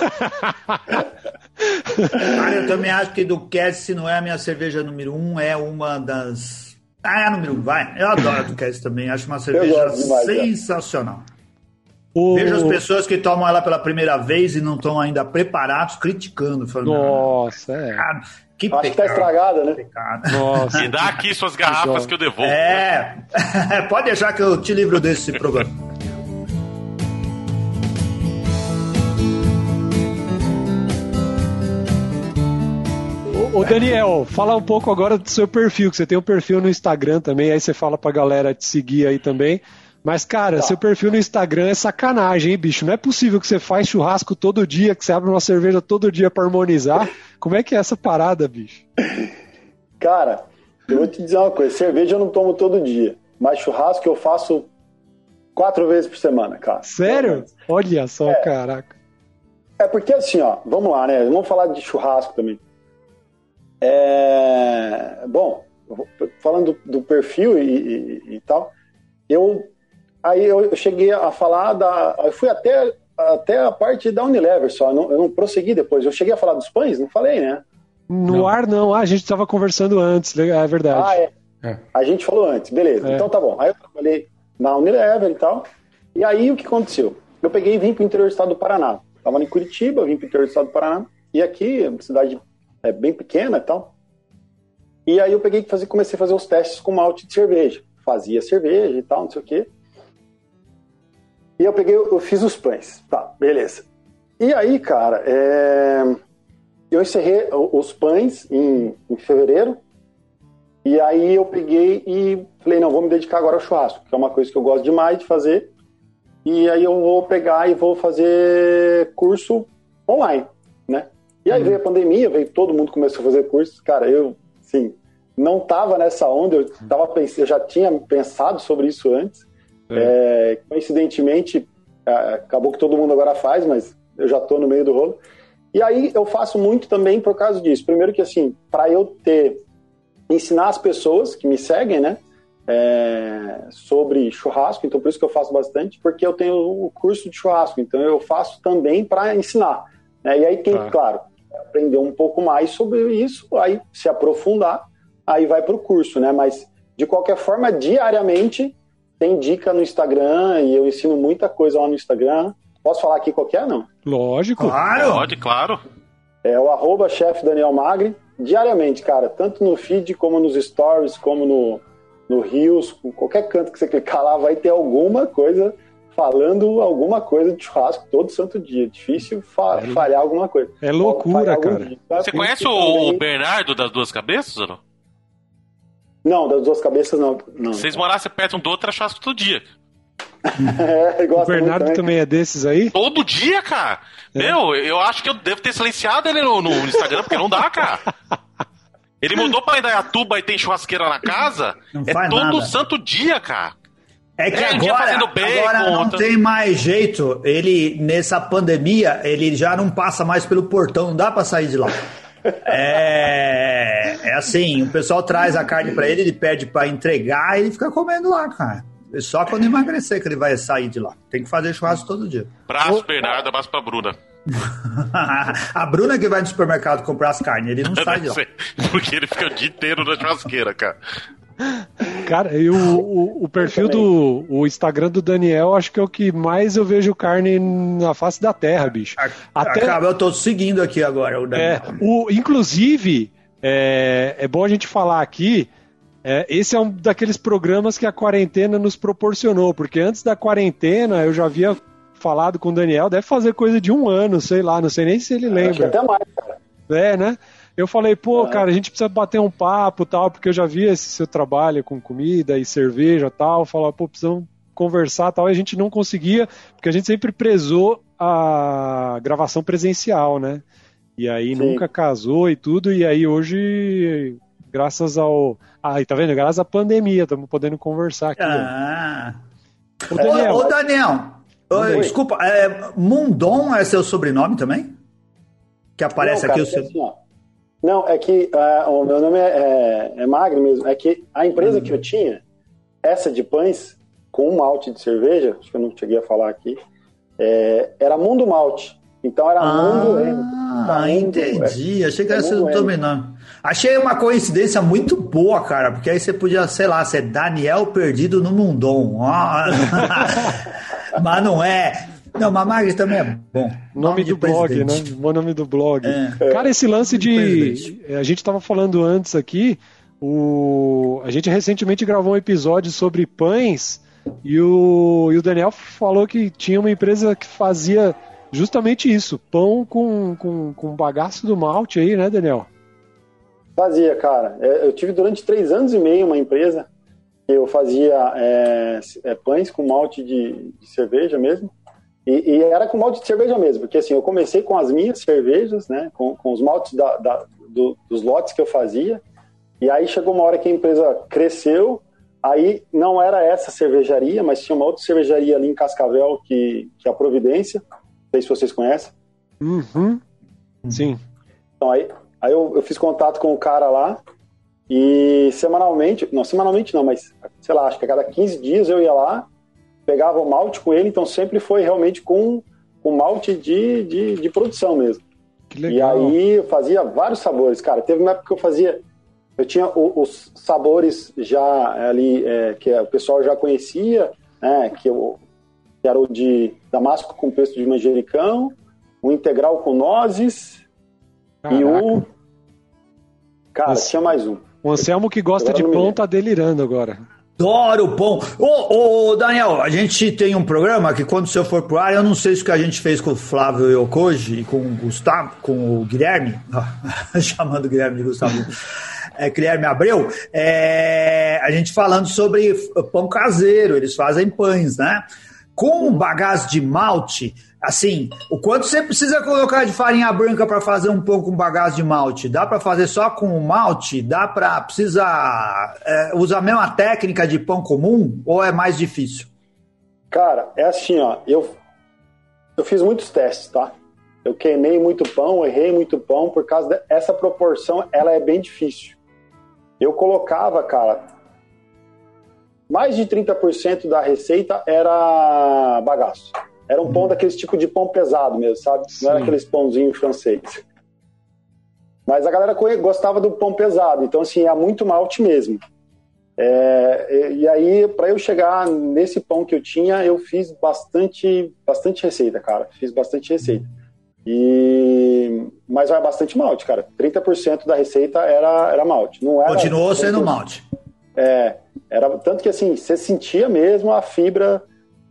Cara, eu também acho que Duquesne, se não é a minha cerveja número 1, é uma das... é a número 1, vai. Eu adoro a Duquesne também. Acho uma cerveja sensacional. Vejo as pessoas que tomam ela pela primeira vez e não estão ainda preparados, criticando. Falando, nossa, que acho que tá estragada, né? Nossa, me dá aqui suas garrafas que eu devolvo. Pode deixar que eu te livro desse problema. Ô Daniel, fala um pouco agora do seu perfil, que você tem um perfil no Instagram também, aí você fala pra galera te seguir aí também. Mas, cara, seu perfil no Instagram é sacanagem, hein, bicho? Não é possível que você faz churrasco todo dia, que você abre uma cerveja todo dia pra harmonizar. Como é que é essa parada, bicho? Cara, eu vou te dizer uma coisa. Cerveja eu não tomo todo dia, mas churrasco eu faço 4 vezes por semana, cara. Sério? Olha só, caraca. É porque assim, ó, vamos lá, né? Vamos falar de churrasco também. Bom, falando do perfil e tal, Aí eu cheguei a falar eu fui até a parte da Unilever só, eu não prossegui depois. Eu cheguei a falar dos pães? Não falei, né? No ar não, a gente estava conversando antes, é verdade. A gente falou antes, beleza, então tá bom. Aí eu trabalhei na Unilever e tal, e aí o que aconteceu? Eu peguei e vim pro interior do estado do Paraná. Tava em Curitiba, vim pro interior do estado do Paraná, e aqui, uma cidade bem pequena e tal. E aí eu peguei e comecei a fazer os testes com malte de cerveja. Fazia cerveja e tal, não sei o quê. E eu fiz os pães. Tá, beleza. E aí, cara, eu encerrei os pães em fevereiro. E aí eu peguei e falei, não, vou me dedicar agora ao churrasco, que é uma coisa que eu gosto demais de fazer. E aí eu vou pegar e vou fazer curso online, né? E aí veio a pandemia, todo mundo começou a fazer curso. Cara, eu, assim, não tava nessa onda, eu já tinha pensado sobre isso antes. Coincidentemente, acabou que todo mundo agora faz, mas eu já tô no meio do rolo. E aí eu faço muito também por causa disso. Primeiro que, assim, para eu ensinar as pessoas que me seguem, né, sobre churrasco, então por isso que eu faço bastante, porque eu tenho o curso de churrasco, então eu faço também para ensinar, né? E aí claro, aprender um pouco mais sobre isso, aí se aprofundar, aí vai pro curso, né? Mas de qualquer forma, diariamente tem dica no Instagram e eu ensino muita coisa lá no Instagram. Posso falar aqui qualquer, não? Lógico. Claro. Pode, claro. É o @chef Daniel Magri, diariamente, cara, tanto no feed como nos stories, como no Reels, com qualquer canto que você clicar lá, vai ter alguma coisa falando alguma coisa de churrasco todo santo dia. Difícil falhar alguma coisa. É loucura, cara. Dia. Você conhece o Bernardo das Duas Cabeças ou não? Não, das Duas Cabeças não. Se vocês morassem perto um do outro, era churrasco todo dia. O Bernardo também é desses aí? Todo dia, cara. Meu, eu acho que eu devo ter silenciado ele no Instagram, porque não dá, cara. Ele mudou pra Indaiatuba e tem churrasqueira na casa. Não é faz todo nada. santo dia, cara. É que um dia fazendo agora não tem mais jeito. Ele, nessa pandemia, ele já não passa mais pelo portão, não dá pra sair de lá. É assim, o pessoal traz a carne pra ele pede pra entregar e ele fica comendo lá, cara. É só quando emagrecer que ele vai sair de lá. Tem que fazer churrasco todo dia. Braço, Bernardo, abraço pra Bruna. A Bruna que vai no supermercado comprar as carnes, ele não sai de lá. Porque ele fica o dia inteiro na churrasqueira, cara. Cara, e o perfil o Instagram do Daniel, acho que é o que mais eu vejo carne na face da terra, bicho. Acaba, eu tô seguindo aqui agora o Daniel. Inclusive, é bom a gente falar aqui, esse é um daqueles programas que a quarentena nos proporcionou, porque antes da quarentena eu já havia falado com o Daniel, deve fazer coisa de 1 ano, sei lá, não sei nem se ele lembra. Acho que até mais, cara. Né? Eu falei, cara, a gente precisa bater um papo e tal, porque eu já vi esse seu trabalho com comida e cerveja e tal, falar, precisamos conversar e tal, e a gente não conseguia, porque a gente sempre prezou a gravação presencial, né? E aí nunca casou e tudo, e aí hoje, graças ao... tá vendo? Graças à pandemia, estamos podendo conversar aqui. Ô, Daniel, desculpa, Mundon é seu sobrenome também? Que aparece não, cara, aqui o seu... Assim, ó. Não, é que o meu nome é Magno mesmo. É que a empresa que eu tinha, essa de pães, com um malte de cerveja, acho que eu não cheguei a falar aqui, era Mundo Malte. Então era Mundo... entendi. Achei que era seu sobrenome. Achei uma coincidência muito boa, cara, porque aí você podia, sei lá, ser Daniel perdido no Mundon. Mas não é... Não, Mamagre também é bom. Nome do blog, né? Bom nome do blog. Cara, esse lance de... A gente estava falando antes aqui, a gente recentemente gravou um episódio sobre pães e o Daniel falou que tinha uma empresa que fazia justamente isso, pão com bagaço do malte aí, né, Daniel? Fazia, cara. Eu tive durante 3 anos e meio uma empresa que eu fazia pães com malte de cerveja mesmo. E era com malte de cerveja mesmo, porque assim, eu comecei com as minhas cervejas, né, com os maltes dos lotes que eu fazia, e aí chegou uma hora que a empresa cresceu, aí não era essa cervejaria, mas tinha uma outra cervejaria ali em Cascavel, que é a Providência, não sei se vocês conhecem. Uhum. Sim. Então aí eu fiz contato com o cara lá, e semanalmente não, mas sei lá, acho que a cada 15 dias eu ia lá, pegava o malte com ele, então sempre foi realmente com malte de produção mesmo. Que legal. E aí eu fazia vários sabores, cara. Teve uma época que eu tinha os sabores já ali, que o pessoal já conhecia, né, que era o de damasco com pesto de manjericão, o integral com nozes. Caraca. E o... Cara, tinha mais um. O Anselmo que gosta de pão tá delirando agora. Adoro pão. Ô, Daniel, a gente tem um programa que quando o senhor for pro ar, eu não sei se o que a gente fez com o Flávio Yokoji e com o Gustavo, com o Guilherme, chamando o Guilherme de Gustavo, Guilherme Abreu, a gente falando sobre pão caseiro, eles fazem pães, né? Com bagaço de malte, assim, o quanto você precisa colocar de farinha branca para fazer um pão com bagaço de malte? Dá para fazer só com o malte? Precisa usar a mesma técnica de pão comum ou é mais difícil? Cara, é assim, ó, eu fiz muitos testes, tá? Eu queimei muito pão, errei muito pão, por causa dessa proporção, ela é bem difícil. Eu colocava, cara, mais de 30% da receita era bagaço. Era um pão daqueles tipo de pão pesado mesmo, sabe? Não era aqueles pãozinhos francês. Mas a galera gostava do pão pesado, então assim, é muito malte mesmo. E aí, para eu chegar nesse pão que eu tinha, eu fiz bastante receita, cara. Fiz bastante receita. Mas era bastante malte, cara. 30% da receita era malte. Não era, continuou sendo malte. Era tanto que assim, você sentia mesmo a fibra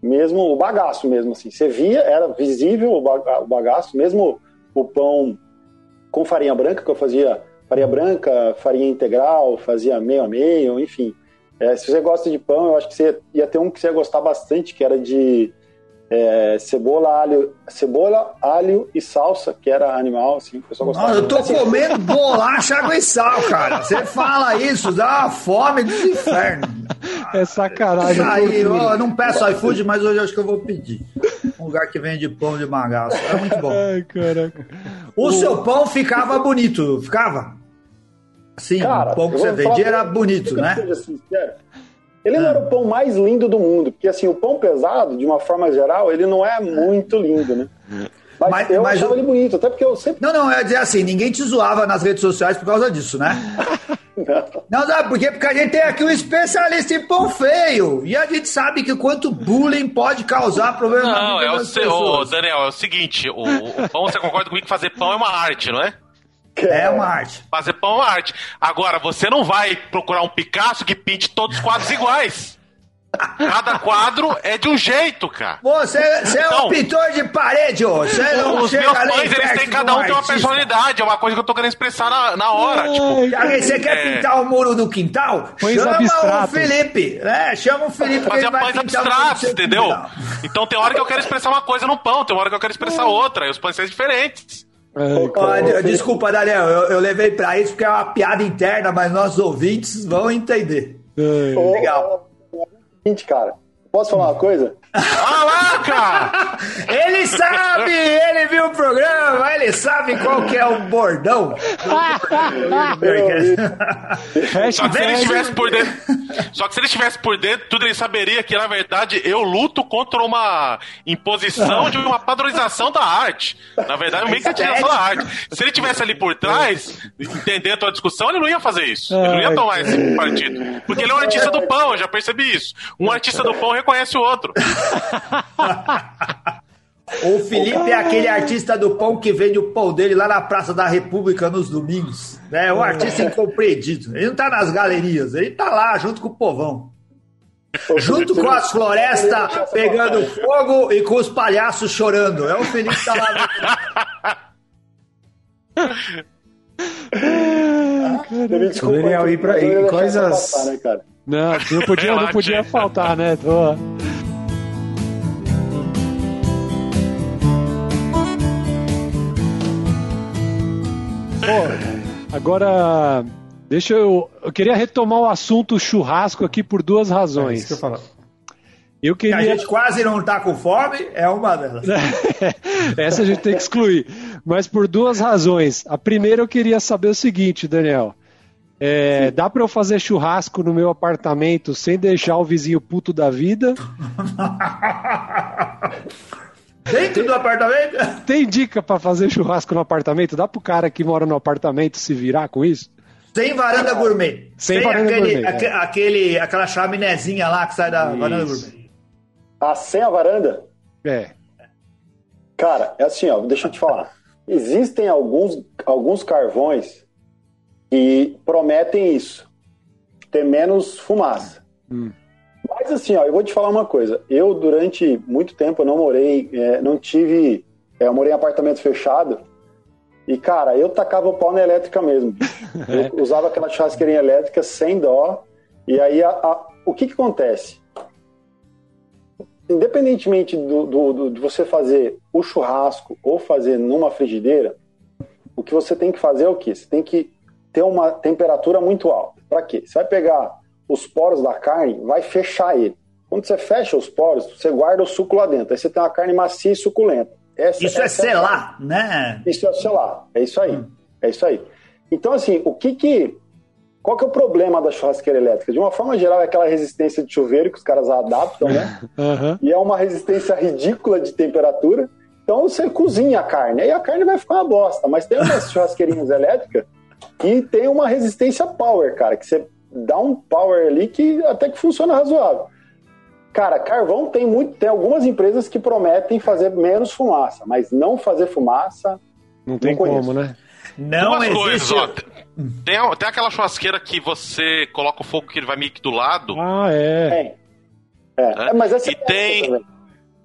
mesmo o bagaço mesmo, assim. Você via, era visível o bagaço, mesmo o pão com farinha branca, que eu fazia farinha branca, farinha integral, fazia meio a meio, enfim. Se você gosta de pão, eu acho que você ia ter um que você ia gostar bastante, que era de cebola, alho e salsa, que era animal, assim, o pessoal gostava. Eu tô comendo bolacha, água e sal, cara. Você fala isso, dá uma fome dos infernos. É sacanagem. Aí, eu não peço iFood, mas hoje acho que eu vou pedir. Um lugar que vende pão de bagaço. É muito bom. Ai, caraca. O seu pão ficava bonito, ficava? Sim, cara, o pão que você vendia era bonito, né? Seja sincero, ele não era o pão mais lindo do mundo, porque assim, o pão pesado, de uma forma geral, ele não é muito lindo, né? Mas eu achava ele bonito, até porque eu sempre... Não, eu ia dizer assim, ninguém te zoava nas redes sociais por causa disso, né? Não, sabe por quê? Porque a gente tem aqui um especialista em pão feio, e a gente sabe que quanto bullying pode causar problemas na vida das pessoas. Daniel, é o seguinte, o pão, você concorda comigo que fazer pão é uma arte, não é? É uma arte. Fazer pão é uma arte. Agora, você não vai procurar um Picasso que pinte todos os quadros iguais. Cada quadro é de um jeito, cara. Você é um pintor de parede, ô. Os meus pães, eles têm, cada um tem uma personalidade. É uma coisa que eu tô querendo expressar na hora. Você quer pintar o muro do quintal? Chama o Felipe. Chama o Felipe. Fazer pães abstratos, entendeu? Então tem hora que eu quero expressar uma coisa no pão, tem hora que eu quero expressar outra. E os pães são diferentes. Desculpa, Daniel, eu levei pra isso porque é uma piada interna, mas nossos ouvintes vão entender. Legal. Seguinte, cara, posso falar uma coisa? Caraca! Ele sabe, ele viu o programa, ele sabe qual que é o bordão. Só que se ele estivesse por dentro, tudo ele saberia que, na verdade, eu luto contra uma imposição de uma padronização da arte. Na verdade, meio que a tiração da arte. Se ele estivesse ali por trás, entendendo a discussão, ele não ia fazer isso. Ele não ia tomar esse partido. Porque ele é um artista do pão, eu já percebi isso. Um artista do pão reconhece o outro. O Felipe é aquele artista do pão que vende o pão dele lá na Praça da República nos domingos. É um artista incompreendido. Ele não tá nas galerias, ele tá lá junto com o povão. Junto com as florestas pegando fogo e com os palhaços chorando. É o Felipe que tá lá. Daniel, e coisas... Passar, né, cara? Não podia faltar, né? Agora, eu queria retomar o assunto churrasco aqui por duas razões. Isso que eu falo. Que a gente quase não tá com fome, é uma delas. Essa a gente tem que excluir. Mas por duas razões. A primeira, eu queria saber o seguinte, Daniel. Dá pra eu fazer churrasco no meu apartamento sem deixar o vizinho puto da vida? Dentro do apartamento? Tem dica pra fazer churrasco no apartamento? Dá pro cara que mora no apartamento se virar com isso? Sem varanda gourmet. Sem varanda gourmet. Aquela chaminézinha lá que sai da varanda gourmet. Sem a varanda? Cara, é assim, deixa eu te falar. Existem alguns carvões que prometem isso. Ter menos fumaça. Mas assim, eu vou te falar uma coisa. Eu, durante muito tempo, não morei, eu morei em apartamento fechado e, cara, eu tacava o pau na elétrica mesmo. Eu usava aquela churrasqueirinha elétrica sem dó. E aí, o que acontece? Independentemente de você fazer o churrasco ou fazer numa frigideira, o que você tem que fazer é o quê? Você tem que ter uma temperatura muito alta. Para quê? Você vai pegar os poros da carne, vai fechar ele. Quando você fecha os poros, você guarda o suco lá dentro. Aí você tem uma carne macia e suculenta. Isso é selar, né? Isso é selar. É isso aí. É isso aí. Então, assim, qual que é o problema da churrasqueira elétrica? De uma forma geral, é aquela resistência de chuveiro que os caras adaptam, né? E é uma resistência ridícula de temperatura. Então, você cozinha a carne. Aí a carne vai ficar uma bosta. Mas tem umas churrasqueirinhas elétricas que tem uma resistência power, cara, que você dá um power ali que até que funciona razoável. Cara, carvão tem algumas empresas que prometem fazer menos fumaça, mas não fazer fumaça... Não tem como, né? Não existe... Tem aquela churrasqueira que você coloca o fogo que ele vai meio que do lado. É. Mas essa e tem...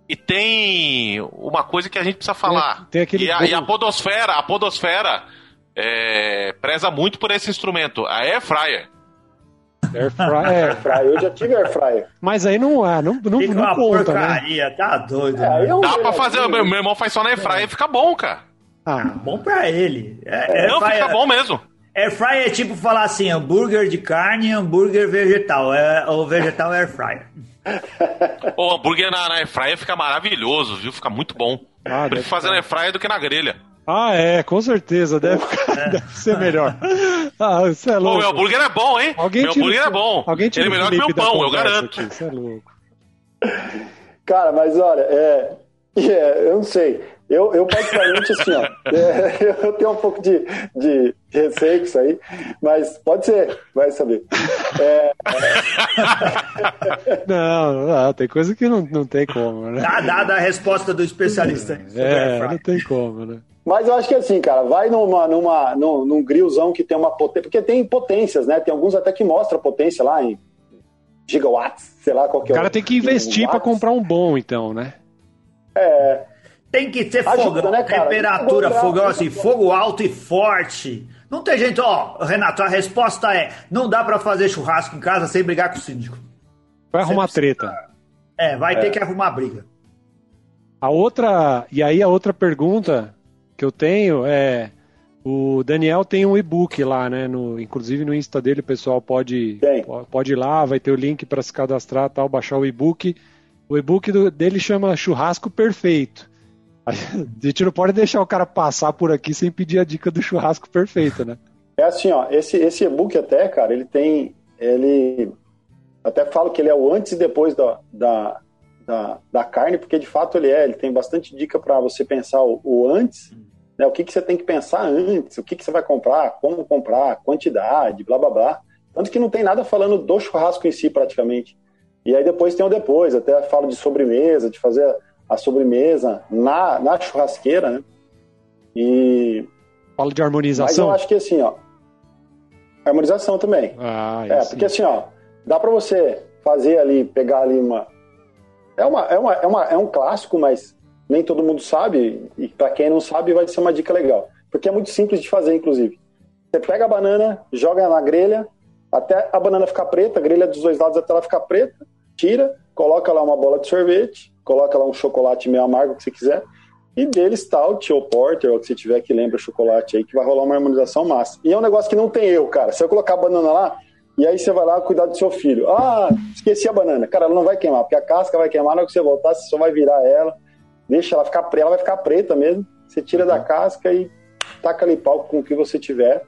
E tem uma coisa que a gente precisa falar. Tem aquele e a podosfera preza muito por esse instrumento, a Air Fryer. Air fryer. Eu já tive Air Fryer. Mas aí não Fica uma conta, porcaria, tá doido. Dá pra fazer, meu irmão faz só na Air Fryer e fica bom, cara. Bom pra ele. Não, fica bom mesmo. Air Fryer é tipo falar assim, hambúrguer de carne e hambúrguer vegetal. O vegetal é Air Fryer. O hambúrguer na Air Fryer fica maravilhoso, viu? Fica muito bom. Prefiro fazer na Air Fryer do que na grelha. Com certeza. Deve ser melhor. Você é louco. Meu hambúrguer é bom, hein? Meu hambúrguer é bom. Ele é melhor que meu pão, eu garanto. Você é louco. Cara, mas olha, eu não sei. Eu particularmente, assim, eu tenho um pouco de receio com isso aí, mas pode ser, vai saber. Não, tem coisa que não tem como, né? Tá dada a resposta do especialista. Não tem como, né? Mas eu acho que assim, cara, vai num grillzão que tem uma potência, porque tem potências, né? Tem alguns até que mostram a potência lá em gigawatts, sei lá qual que é. O cara tem que investir pra comprar um bom, então, né? Tem que ter fogão, né, temperatura, fogão assim, fogo alto e forte. Não tem jeito, Renato, a resposta não dá pra fazer churrasco em casa sem brigar com o síndico. Vai arrumar treta. Vai ter que arrumar briga. A outra pergunta que eu tenho o Daniel tem um e-book lá, né? Inclusive no Insta dele, o pessoal pode ir lá, vai ter o link para se cadastrar, tal, baixar o e-book. O e-book dele chama Churrasco Perfeito. A gente não pode deixar o cara passar por aqui sem pedir a dica do churrasco perfeito, né? É assim, esse e-book até, cara, ele até falo que ele é o antes e depois da carne, porque de fato ele tem bastante dica para você pensar o antes, né? O que você tem que pensar antes, o que você vai comprar, como comprar, quantidade, blá blá blá. Tanto que não tem nada falando do churrasco em si praticamente. E aí depois tem o depois, até falo de sobremesa, de fazer a sobremesa na churrasqueira, né? Fala de harmonização. Mas eu acho que assim, harmonização também. Porque assim, dá pra você fazer ali, pegar ali é um clássico, mas nem todo mundo sabe, e pra quem não sabe vai ser uma dica legal. Porque é muito simples de fazer, inclusive. Você pega a banana, joga na grelha, até a banana ficar preta, a grelha dos dois lados até ela ficar preta, tira, coloca lá uma bola de sorvete, coloca lá um chocolate meio amargo que você quiser, e dele stout ou porter, ou o que você tiver que lembra chocolate aí, que vai rolar uma harmonização massa. E é um negócio que não tem erro, cara. Se eu colocar a banana lá, e aí você vai lá cuidar do seu filho. Esqueci a banana. Cara, ela não vai queimar, porque a casca vai queimar, na hora que você voltar, você só vai virar ela, deixa ela ficar preta, ela vai ficar preta mesmo. Você tira da casca e taca ali pau com o que você tiver.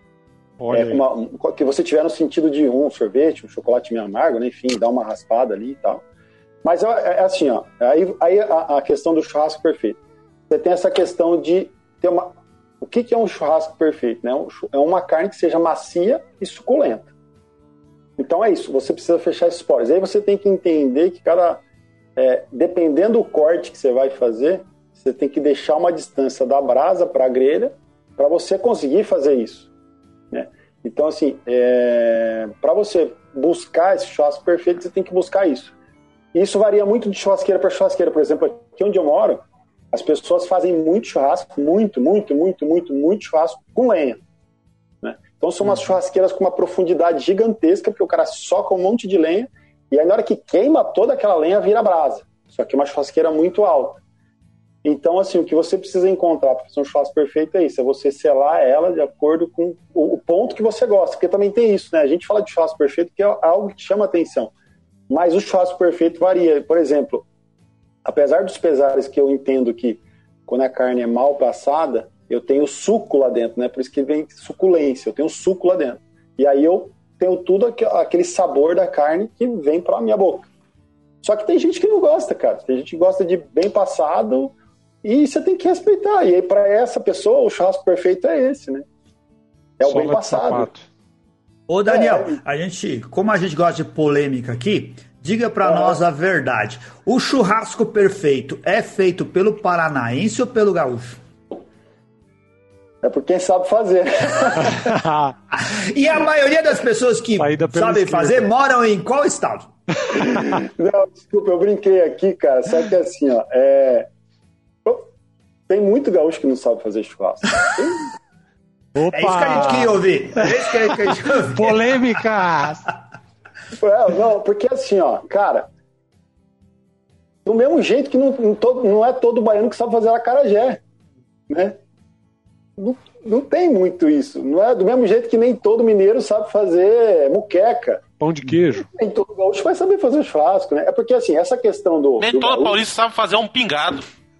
Que você tiver no sentido de um sorvete, um chocolate meio amargo, né? Enfim, dá uma raspada ali e tal. Mas é assim, aí a questão do churrasco perfeito. Você tem essa questão de ter o que é um churrasco perfeito, né? É uma carne que seja macia e suculenta. Então é isso, você precisa fechar esses poros. Aí você tem que entender que dependendo do corte que você vai fazer, você tem que deixar uma distância da brasa para a grelha para você conseguir fazer isso, né? Então assim, para você buscar esse churrasco perfeito, você tem que buscar isso. E isso varia muito de churrasqueira para churrasqueira. Por exemplo, aqui onde eu moro, as pessoas fazem muito churrasco, muito churrasco com lenha, né? Então são umas churrasqueiras com uma profundidade gigantesca, porque o cara soca um monte de lenha, e aí na hora que queima toda aquela lenha vira brasa. Só que é uma churrasqueira muito alta. Então, assim, o que você precisa encontrar para fazer um churrasco perfeito é isso, é você selar ela de acordo com o ponto que você gosta, porque também tem isso, né? A gente fala de churrasco perfeito que é algo que chama atenção, mas o churrasco perfeito varia. Por exemplo, apesar dos pesares que eu entendo que quando a carne é mal passada, eu tenho suco lá dentro, né? Por isso que vem suculência, eu tenho suco lá dentro. E aí eu tenho tudo aquele sabor da carne que vem pra minha boca. Só que tem gente que não gosta, cara. Tem gente que gosta de bem passado e você tem que respeitar. E aí pra essa pessoa o churrasco perfeito é esse, né? É o bem passado. Ô Daniel, como a gente gosta de polêmica aqui, diga pra nós a verdade. O churrasco perfeito é feito pelo paranaense ou pelo gaúcho? É por quem sabe fazer. E a maioria das pessoas que sabem fazer moram em qual estado? Não, desculpa, eu brinquei aqui, cara. Só que assim, ó, tem muito gaúcho que não sabe fazer churrasco. Opa! É isso que a gente queria ouvir. É isso que a gente queria ouvir. Polêmicas! Não, porque assim, ó, cara, do mesmo jeito que não é todo baiano que sabe fazer acarajé, né? Não tem muito isso. Não é do mesmo jeito que nem todo mineiro sabe fazer muqueca. Pão de queijo. Nem todo gaúcho vai saber fazer churrasco, né? É porque, assim, essa questão do... Nem do todo gaúcho, paulista sabe fazer um pingado.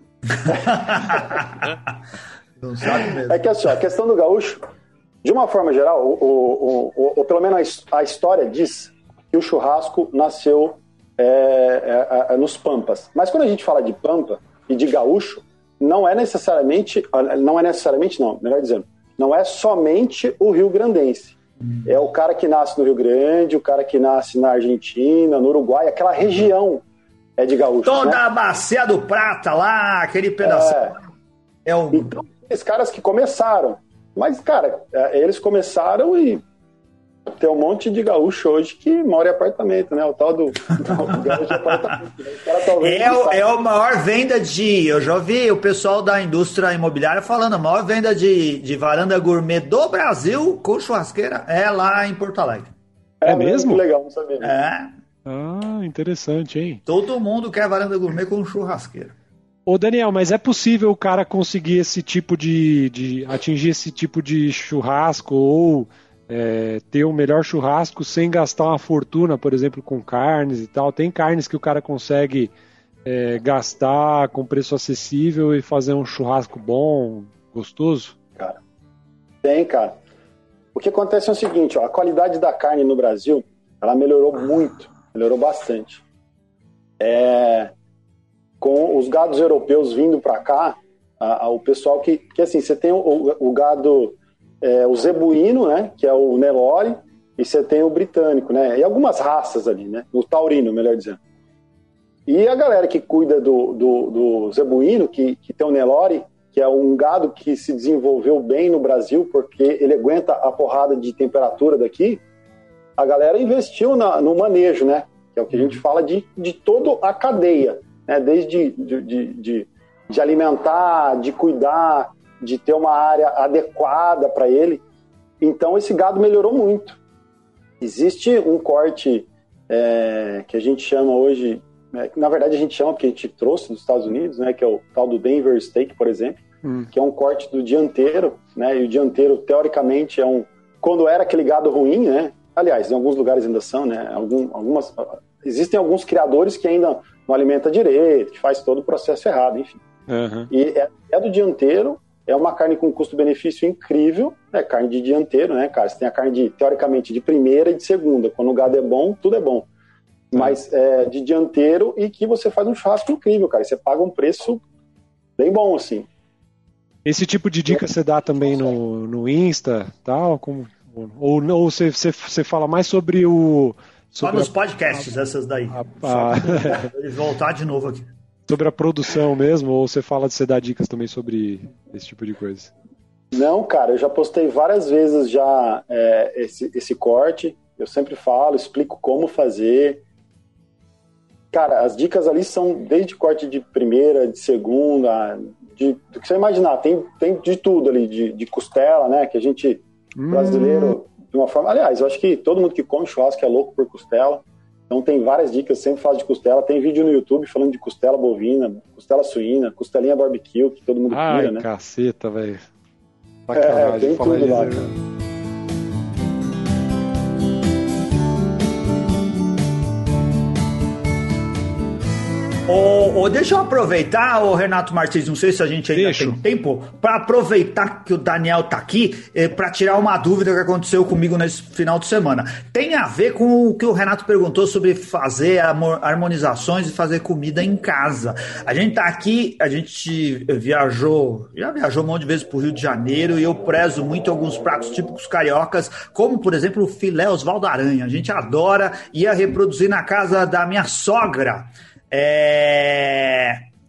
Não sabe mesmo. É que, assim, a questão do gaúcho, de uma forma geral, ou pelo menos a história diz que o churrasco nasceu nos pampas. Mas quando a gente fala de pampa e de gaúcho, não é necessariamente, não, melhor dizendo, não é somente o rio-grandense. É o cara que nasce no Rio Grande, o cara que nasce na Argentina, no Uruguai, aquela região é de gaúcho. Toda né? a bacia do Prata lá, aquele pedaço. Então, esses caras que começaram. Mas, cara, eles começaram e tem um monte de gaúcho hoje que mora em apartamento, né? O tal do gaúcho de apartamento. É a maior venda de... Eu já ouvi o pessoal da indústria imobiliária falando, a maior venda de varanda gourmet do Brasil com churrasqueira é lá em Porto Alegre. É mesmo? Que legal, não sabia. Ah, interessante, hein? Todo mundo quer varanda gourmet com churrasqueira. Ô Daniel, mas é possível o cara conseguir esse tipo de atingir esse tipo de churrasco ou ter um melhor churrasco sem gastar uma fortuna, por exemplo, com carnes e tal? Tem carnes que o cara consegue gastar com preço acessível e fazer um churrasco bom, gostoso? Cara, tem, cara. O que acontece é o seguinte, ó, a qualidade da carne no Brasil, ela melhorou muito, melhorou bastante. Com os gados europeus vindo para cá, o pessoal que assim, você tem o gado, o zebuíno, né, que é o Nelore, e você tem o britânico, né, e algumas raças ali, né, o taurino, melhor dizendo. E a galera que cuida do zebuíno, que tem o Nelore, que é um gado que se desenvolveu bem no Brasil, porque ele aguenta a porrada de temperatura daqui, a galera investiu no manejo, né, que é o que a gente fala de toda a cadeia, né, desde de alimentar, de cuidar, de ter uma área adequada para ele. Então esse gado melhorou muito. Existe um corte que a gente chama hoje, na verdade a gente chama porque a gente trouxe dos Estados Unidos, né, que é o tal do Denver Steak, por exemplo, que é um corte do dianteiro, né, e o dianteiro teoricamente quando era aquele gado ruim, né, aliás, em alguns lugares ainda são, né, existem alguns criadores que ainda não alimenta direito, que faz todo o processo errado, enfim. Uhum. E do dianteiro, é uma carne com custo-benefício incrível, carne de dianteiro, né, cara? Você tem a carne, teoricamente, de primeira e de segunda. Quando o gado é bom, tudo é bom. Mas de dianteiro e que você faz um churrasco incrível, cara. E você paga um preço bem bom, assim. Esse tipo de dica você dá também no Insta, tal? Ou você fala mais sobre o... Só nos podcasts, essas daí. Eles voltar de novo aqui. Sobre a produção mesmo, ou você fala de você dar dicas também sobre esse tipo de coisa? Não, cara, eu já postei várias vezes já esse corte. Eu sempre falo, explico como fazer. Cara, as dicas ali são desde corte de primeira, de segunda, do que você imaginar. Tem de tudo ali, de costela, né? Que a gente, brasileiro, de uma forma... Aliás, eu acho que todo mundo que come churrasco é louco por costela. Então tem várias dicas, sempre falo de costela. Tem vídeo no YouTube falando de costela bovina, costela suína, costelinha barbecue, que todo mundo pira, né? Ai, caceta, velho. Tem tudo lá, cara. Deixa eu aproveitar, Renato Martins, não sei se a gente ainda tem tempo, para aproveitar que o Daniel tá aqui, para tirar uma dúvida que aconteceu comigo nesse final de semana. Tem a ver com o que o Renato perguntou sobre fazer harmonizações e fazer comida em casa. A gente tá aqui, a gente já viajou um monte de vezes pro Rio de Janeiro e eu prezo muito alguns pratos típicos cariocas, como, por exemplo, o filé Osvaldo Aranha. A gente adora, ia reproduzir na casa da minha sogra.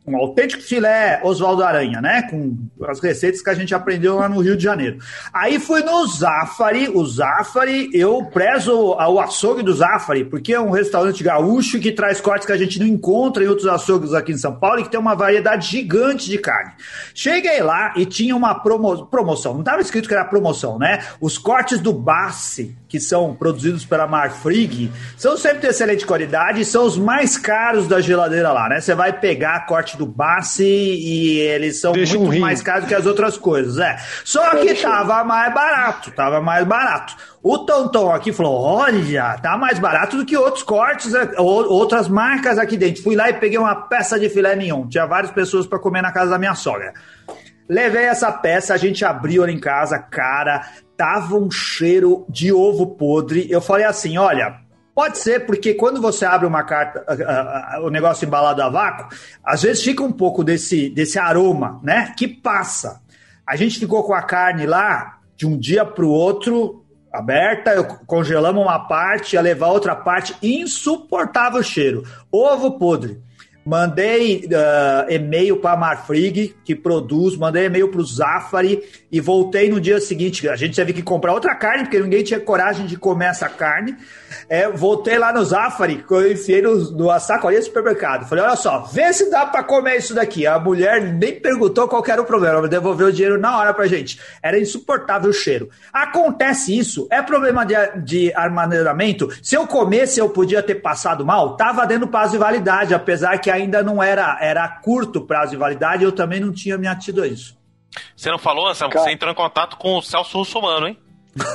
Um autêntico filé Oswaldo Aranha, né? Com as receitas que a gente aprendeu lá no Rio de Janeiro. Aí fui no Zafari. O Zafari, eu prezo o açougue do Zafari, porque é um restaurante gaúcho que traz cortes que a gente não encontra em outros açougues aqui em São Paulo e que tem uma variedade gigante de carne. Cheguei lá e tinha uma promoção. Não estava escrito que era promoção, né? Os cortes do Bassi, que são produzidos pela Marfrig, são sempre de excelente qualidade e são os mais caros da geladeira lá, né? Você vai pegar corte do Bassi e eles são muito mais caros que as outras coisas, Só que tava mais barato. O Tonton aqui falou, olha, tá mais barato do que outros cortes, outras marcas aqui dentro. Fui lá e peguei uma peça de filé mignon. Tinha várias pessoas para comer na casa da minha sogra. Levei essa peça, a gente abriu ela em casa, cara, tava um cheiro de ovo podre. Eu falei assim, olha, pode ser porque quando você abre uma carta, o negócio embalado a vácuo, às vezes fica um pouco desse aroma, né, que passa. A gente ficou com a carne lá de um dia pro outro aberta, congelamos uma parte, ia levar outra parte, insuportável cheiro, ovo podre. Mandei e-mail para a Marfrig, que produz, mandei e-mail para o Zafari e voltei no dia seguinte. A gente teve que comprar outra carne, porque ninguém tinha coragem de comer essa carne. Voltei lá no Zafari, eu enfiei numa sacolinha do supermercado. Falei, olha só, vê se dá para comer isso daqui. A mulher nem perguntou qual era o problema, ela devolveu o dinheiro na hora pra gente. Era insuportável o cheiro. Acontece isso, é problema de armazenamento. Se eu comesse, eu podia ter passado mal, tava dando prazo de validade, apesar que ainda não era curto o prazo de validade, eu também não tinha me atido a isso. Você não falou, Anselmo, que você entrou em contato com o Celso Russomano, hein?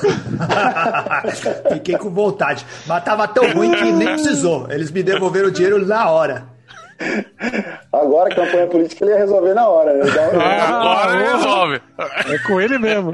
Fiquei com vontade, mas tava tão ruim que nem precisou. Eles me devolveram o dinheiro na hora. Agora a campanha política ele ia resolver na hora, né? Agora ele resolve. É com ele mesmo.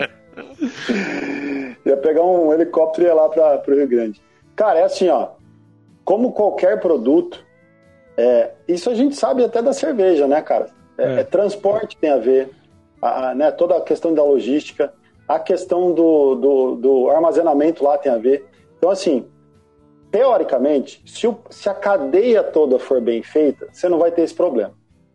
Ia pegar um helicóptero e ia lá pro Rio Grande. Cara, é assim, ó. Como qualquer produto, isso a gente sabe até da cerveja, né, cara? Transporte tem a ver, né, toda a questão da logística, a questão do armazenamento lá tem a ver. Então, assim, teoricamente, se a cadeia toda for bem feita, você não vai ter esse problema.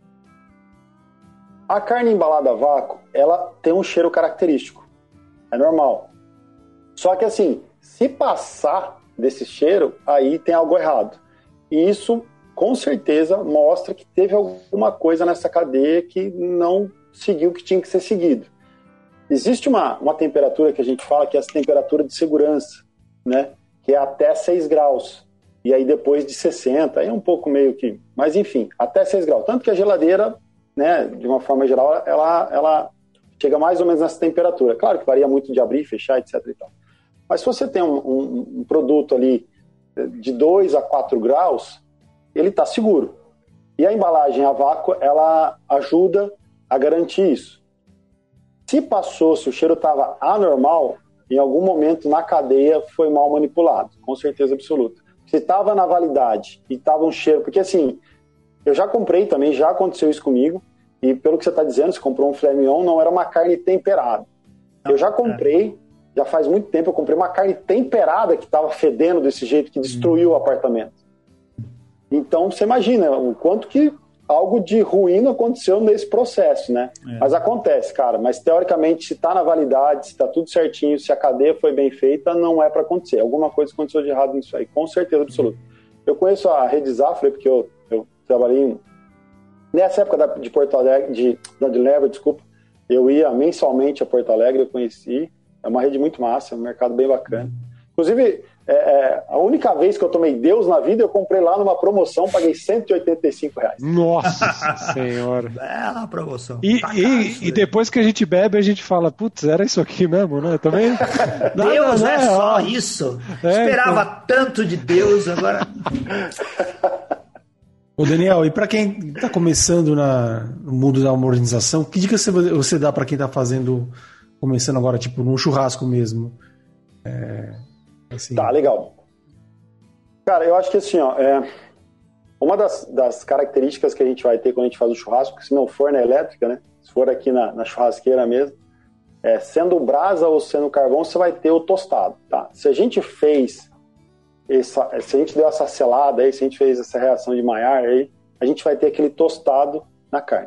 A carne embalada a vácuo, ela tem um cheiro característico. É normal. Só que, assim, se passar desse cheiro, aí tem algo errado. E isso, com certeza, mostra que teve alguma coisa nessa cadeia que não seguiu o que tinha que ser seguido. Existe uma temperatura que a gente fala que é a temperatura de segurança, né? Que é até 6 graus. E aí depois de 60, aí é um pouco meio que... Mas enfim, até 6 graus. Tanto que a geladeira, né, de uma forma geral, ela chega mais ou menos nessa temperatura. Claro que varia muito de abrir, fechar, etc. e tal. Mas se você tem um produto ali de 2 a 4 graus, ele está seguro. E a embalagem a vácuo, ela ajuda a garantir isso. Se passou, se o cheiro estava anormal, em algum momento na cadeia foi mal manipulado, com certeza absoluta. Se estava na validade e estava um cheiro... Porque assim, eu já comprei também, já aconteceu isso comigo, e pelo que você está dizendo, você comprou um filé mignon, não era uma carne temperada. Eu já comprei, já faz muito tempo, eu comprei uma carne temperada que estava fedendo desse jeito, que destruiu o apartamento. Então, você imagina o quanto que algo de ruim aconteceu nesse processo, né? Mas acontece, cara. Mas, teoricamente, se está na validade, se está tudo certinho, se a cadeia foi bem feita, não é para acontecer. Alguma coisa aconteceu de errado nisso aí, com certeza absoluta. Eu conheço a Rede Zafari, porque eu trabalhei nessa época de Porto Alegre, de Leva, desculpa, eu ia mensalmente a Porto Alegre, eu conheci. É uma rede muito massa, é um mercado bem bacana. Inclusive, a única vez que eu tomei Deus na vida, eu comprei lá numa promoção, paguei R$185. Nossa senhora. Bela promoção. E depois que a gente bebe, a gente fala, putz, era isso aqui mesmo, né? Também. Deus é só isso. Esperava tanto de Deus, agora... Ô Daniel, e para quem está começando no mundo da harmonização, que dica você dá para quem está começando agora, tipo, num churrasco mesmo? Assim. Tá, legal. Cara, eu acho que assim, ó, uma das características que a gente vai ter quando a gente faz o churrasco, se não for na elétrica, né? Se for aqui na churrasqueira mesmo, sendo brasa ou sendo carvão, você vai ter o tostado, tá? Se a gente deu essa selada aí, se a gente fez essa reação de Maillard aí, a gente vai ter aquele tostado na carne.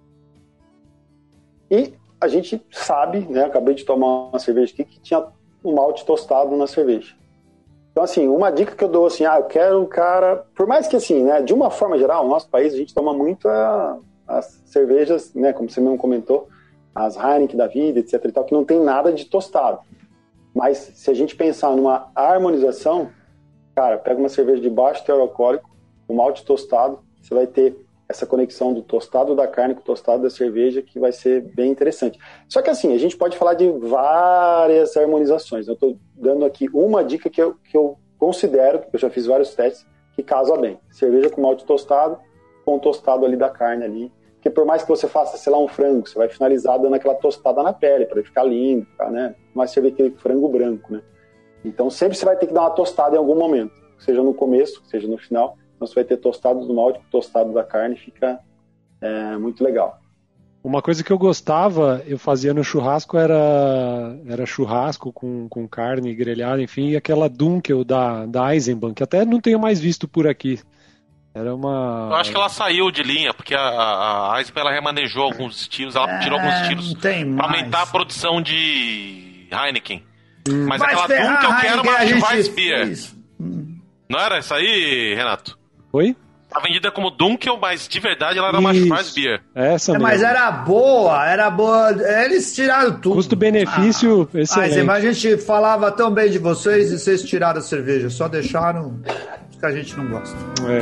E a gente sabe, né, acabei de tomar uma cerveja aqui, que tinha um malte tostado na cerveja. Então, assim, uma dica que eu dou, assim, eu quero um cara... Por mais que, assim, né, de uma forma geral, no nosso país, a gente toma muito as cervejas, né, como você mesmo comentou, as Heineken da vida, etc e tal, que não tem nada de tostado. Mas, se a gente pensar numa harmonização, cara, pega uma cerveja de baixo teor alcoólico, um malte tostado, você vai ter essa conexão do tostado da carne com o tostado da cerveja, que vai ser bem interessante. Só que assim, a gente pode falar de várias harmonizações. Eu estou dando aqui uma dica que eu considero, que eu já fiz vários testes, que casa bem. Cerveja com malte tostado, com o tostado ali da carne ali. Porque por mais que você faça, sei lá, um frango, você vai finalizar dando aquela tostada na pele, para ele ficar lindo, né? Mas você vê aquele frango branco, né? Então sempre você vai ter que dar uma tostada em algum momento. Seja no começo, seja no final. Então você vai ter tostado do malte com tostado da carne, fica muito legal. Uma coisa que eu gostava, eu fazia no churrasco, era churrasco com carne grelhada, enfim, e aquela Dunkel da Eisenbahn, que até não tenho mais visto por aqui. Era uma... Eu acho que ela saiu de linha, porque a Eisenbahn ela remanejou alguns estilos, ela tirou alguns estilos para aumentar a produção de Heineken. Mas aquela Dunkel que era uma Schwarzbier. Não era isso aí, Renato? Oi? Tá vendida como Dunkel, mas de verdade ela era uma Schwarzbier. Essa mesmo. Mas era boa. Eles tiraram tudo. Custo-benefício excelente. Mas a gente falava tão bem de vocês e vocês tiraram a cerveja. Só deixaram que a gente não gosta.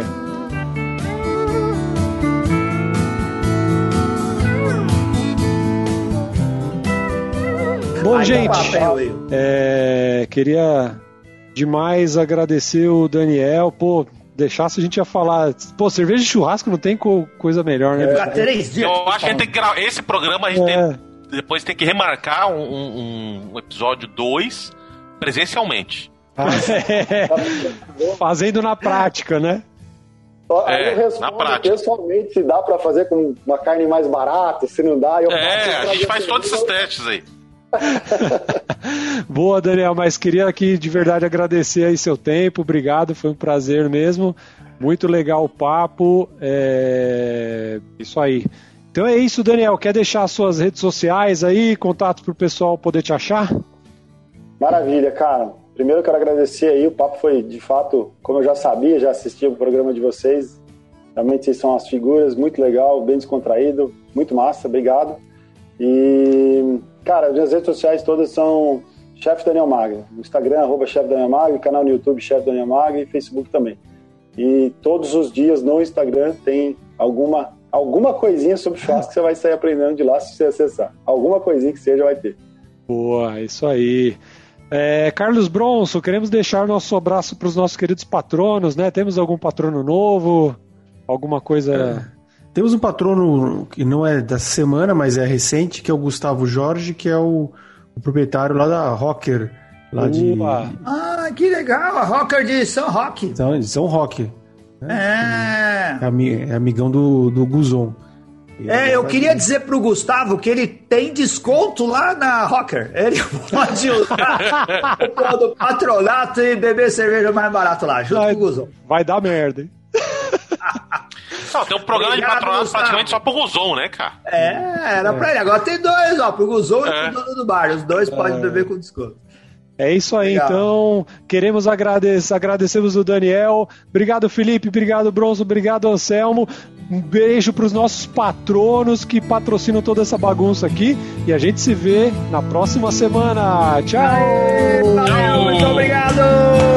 Bom, gente, queria demais agradecer o Daniel. Deixasse a gente ia falar. Cerveja de churrasco não tem coisa melhor, né? Eu acho que a gente tem que gravar. Esse programa a gente depois tem que remarcar um episódio 2 presencialmente. Fazendo na prática, né? Aí eu respondo pessoalmente se dá pra fazer com uma carne mais barata, se não dá. A gente faz todos esses testes aí. Boa, Daniel, mas queria aqui de verdade agradecer aí seu tempo, obrigado, foi um prazer mesmo, muito legal o papo, isso aí. Então é isso, Daniel, quer deixar suas redes sociais aí, contato pro pessoal poder te achar? Maravilha, cara. Primeiro eu quero agradecer aí, o papo foi de fato, como eu já sabia, já assisti o programa de vocês, realmente vocês são as figuras, muito legal, bem descontraído, muito massa, obrigado. E, cara, as minhas redes sociais todas são Chef Daniel Magri. No Instagram, @Chef Daniel Magri, canal no YouTube, Chef Daniel Magri e Facebook também. E todos os dias no Instagram tem alguma coisinha sobre churrasco que você vai sair aprendendo de lá se você acessar. Alguma coisinha que seja vai ter. Boa, isso aí. Carlos Bronson, queremos deixar o nosso abraço para os nossos queridos patronos, né? Temos algum patrono novo? Alguma coisa... Temos um patrono que não é da semana, mas é recente, que é o Gustavo Jorge, que é o proprietário lá da Rocker. Lá de... que legal! A Rocker de São Roque. Então, de São Roque. É amigão do Guzon. Eu queria dizer pro Gustavo que ele tem desconto lá na Rocker. Ele pode usar o plano do patronato e beber cerveja mais barato lá, junto com o Guzon. Vai dar merda, hein? Não, tem um programa de patronato praticamente só pro Guzon, né, cara? Era pra ele. Agora tem dois, pro Guzon e pro dono do bar. Os dois podem beber com desconto. É isso aí, legal. Então, queremos agradecemos o Daniel. Obrigado, Felipe. Obrigado, Bronzo. Obrigado, Anselmo. Um beijo para os nossos patronos que patrocinam toda essa bagunça aqui. E a gente se vê na próxima semana. Tchau! Valeu, muito obrigado!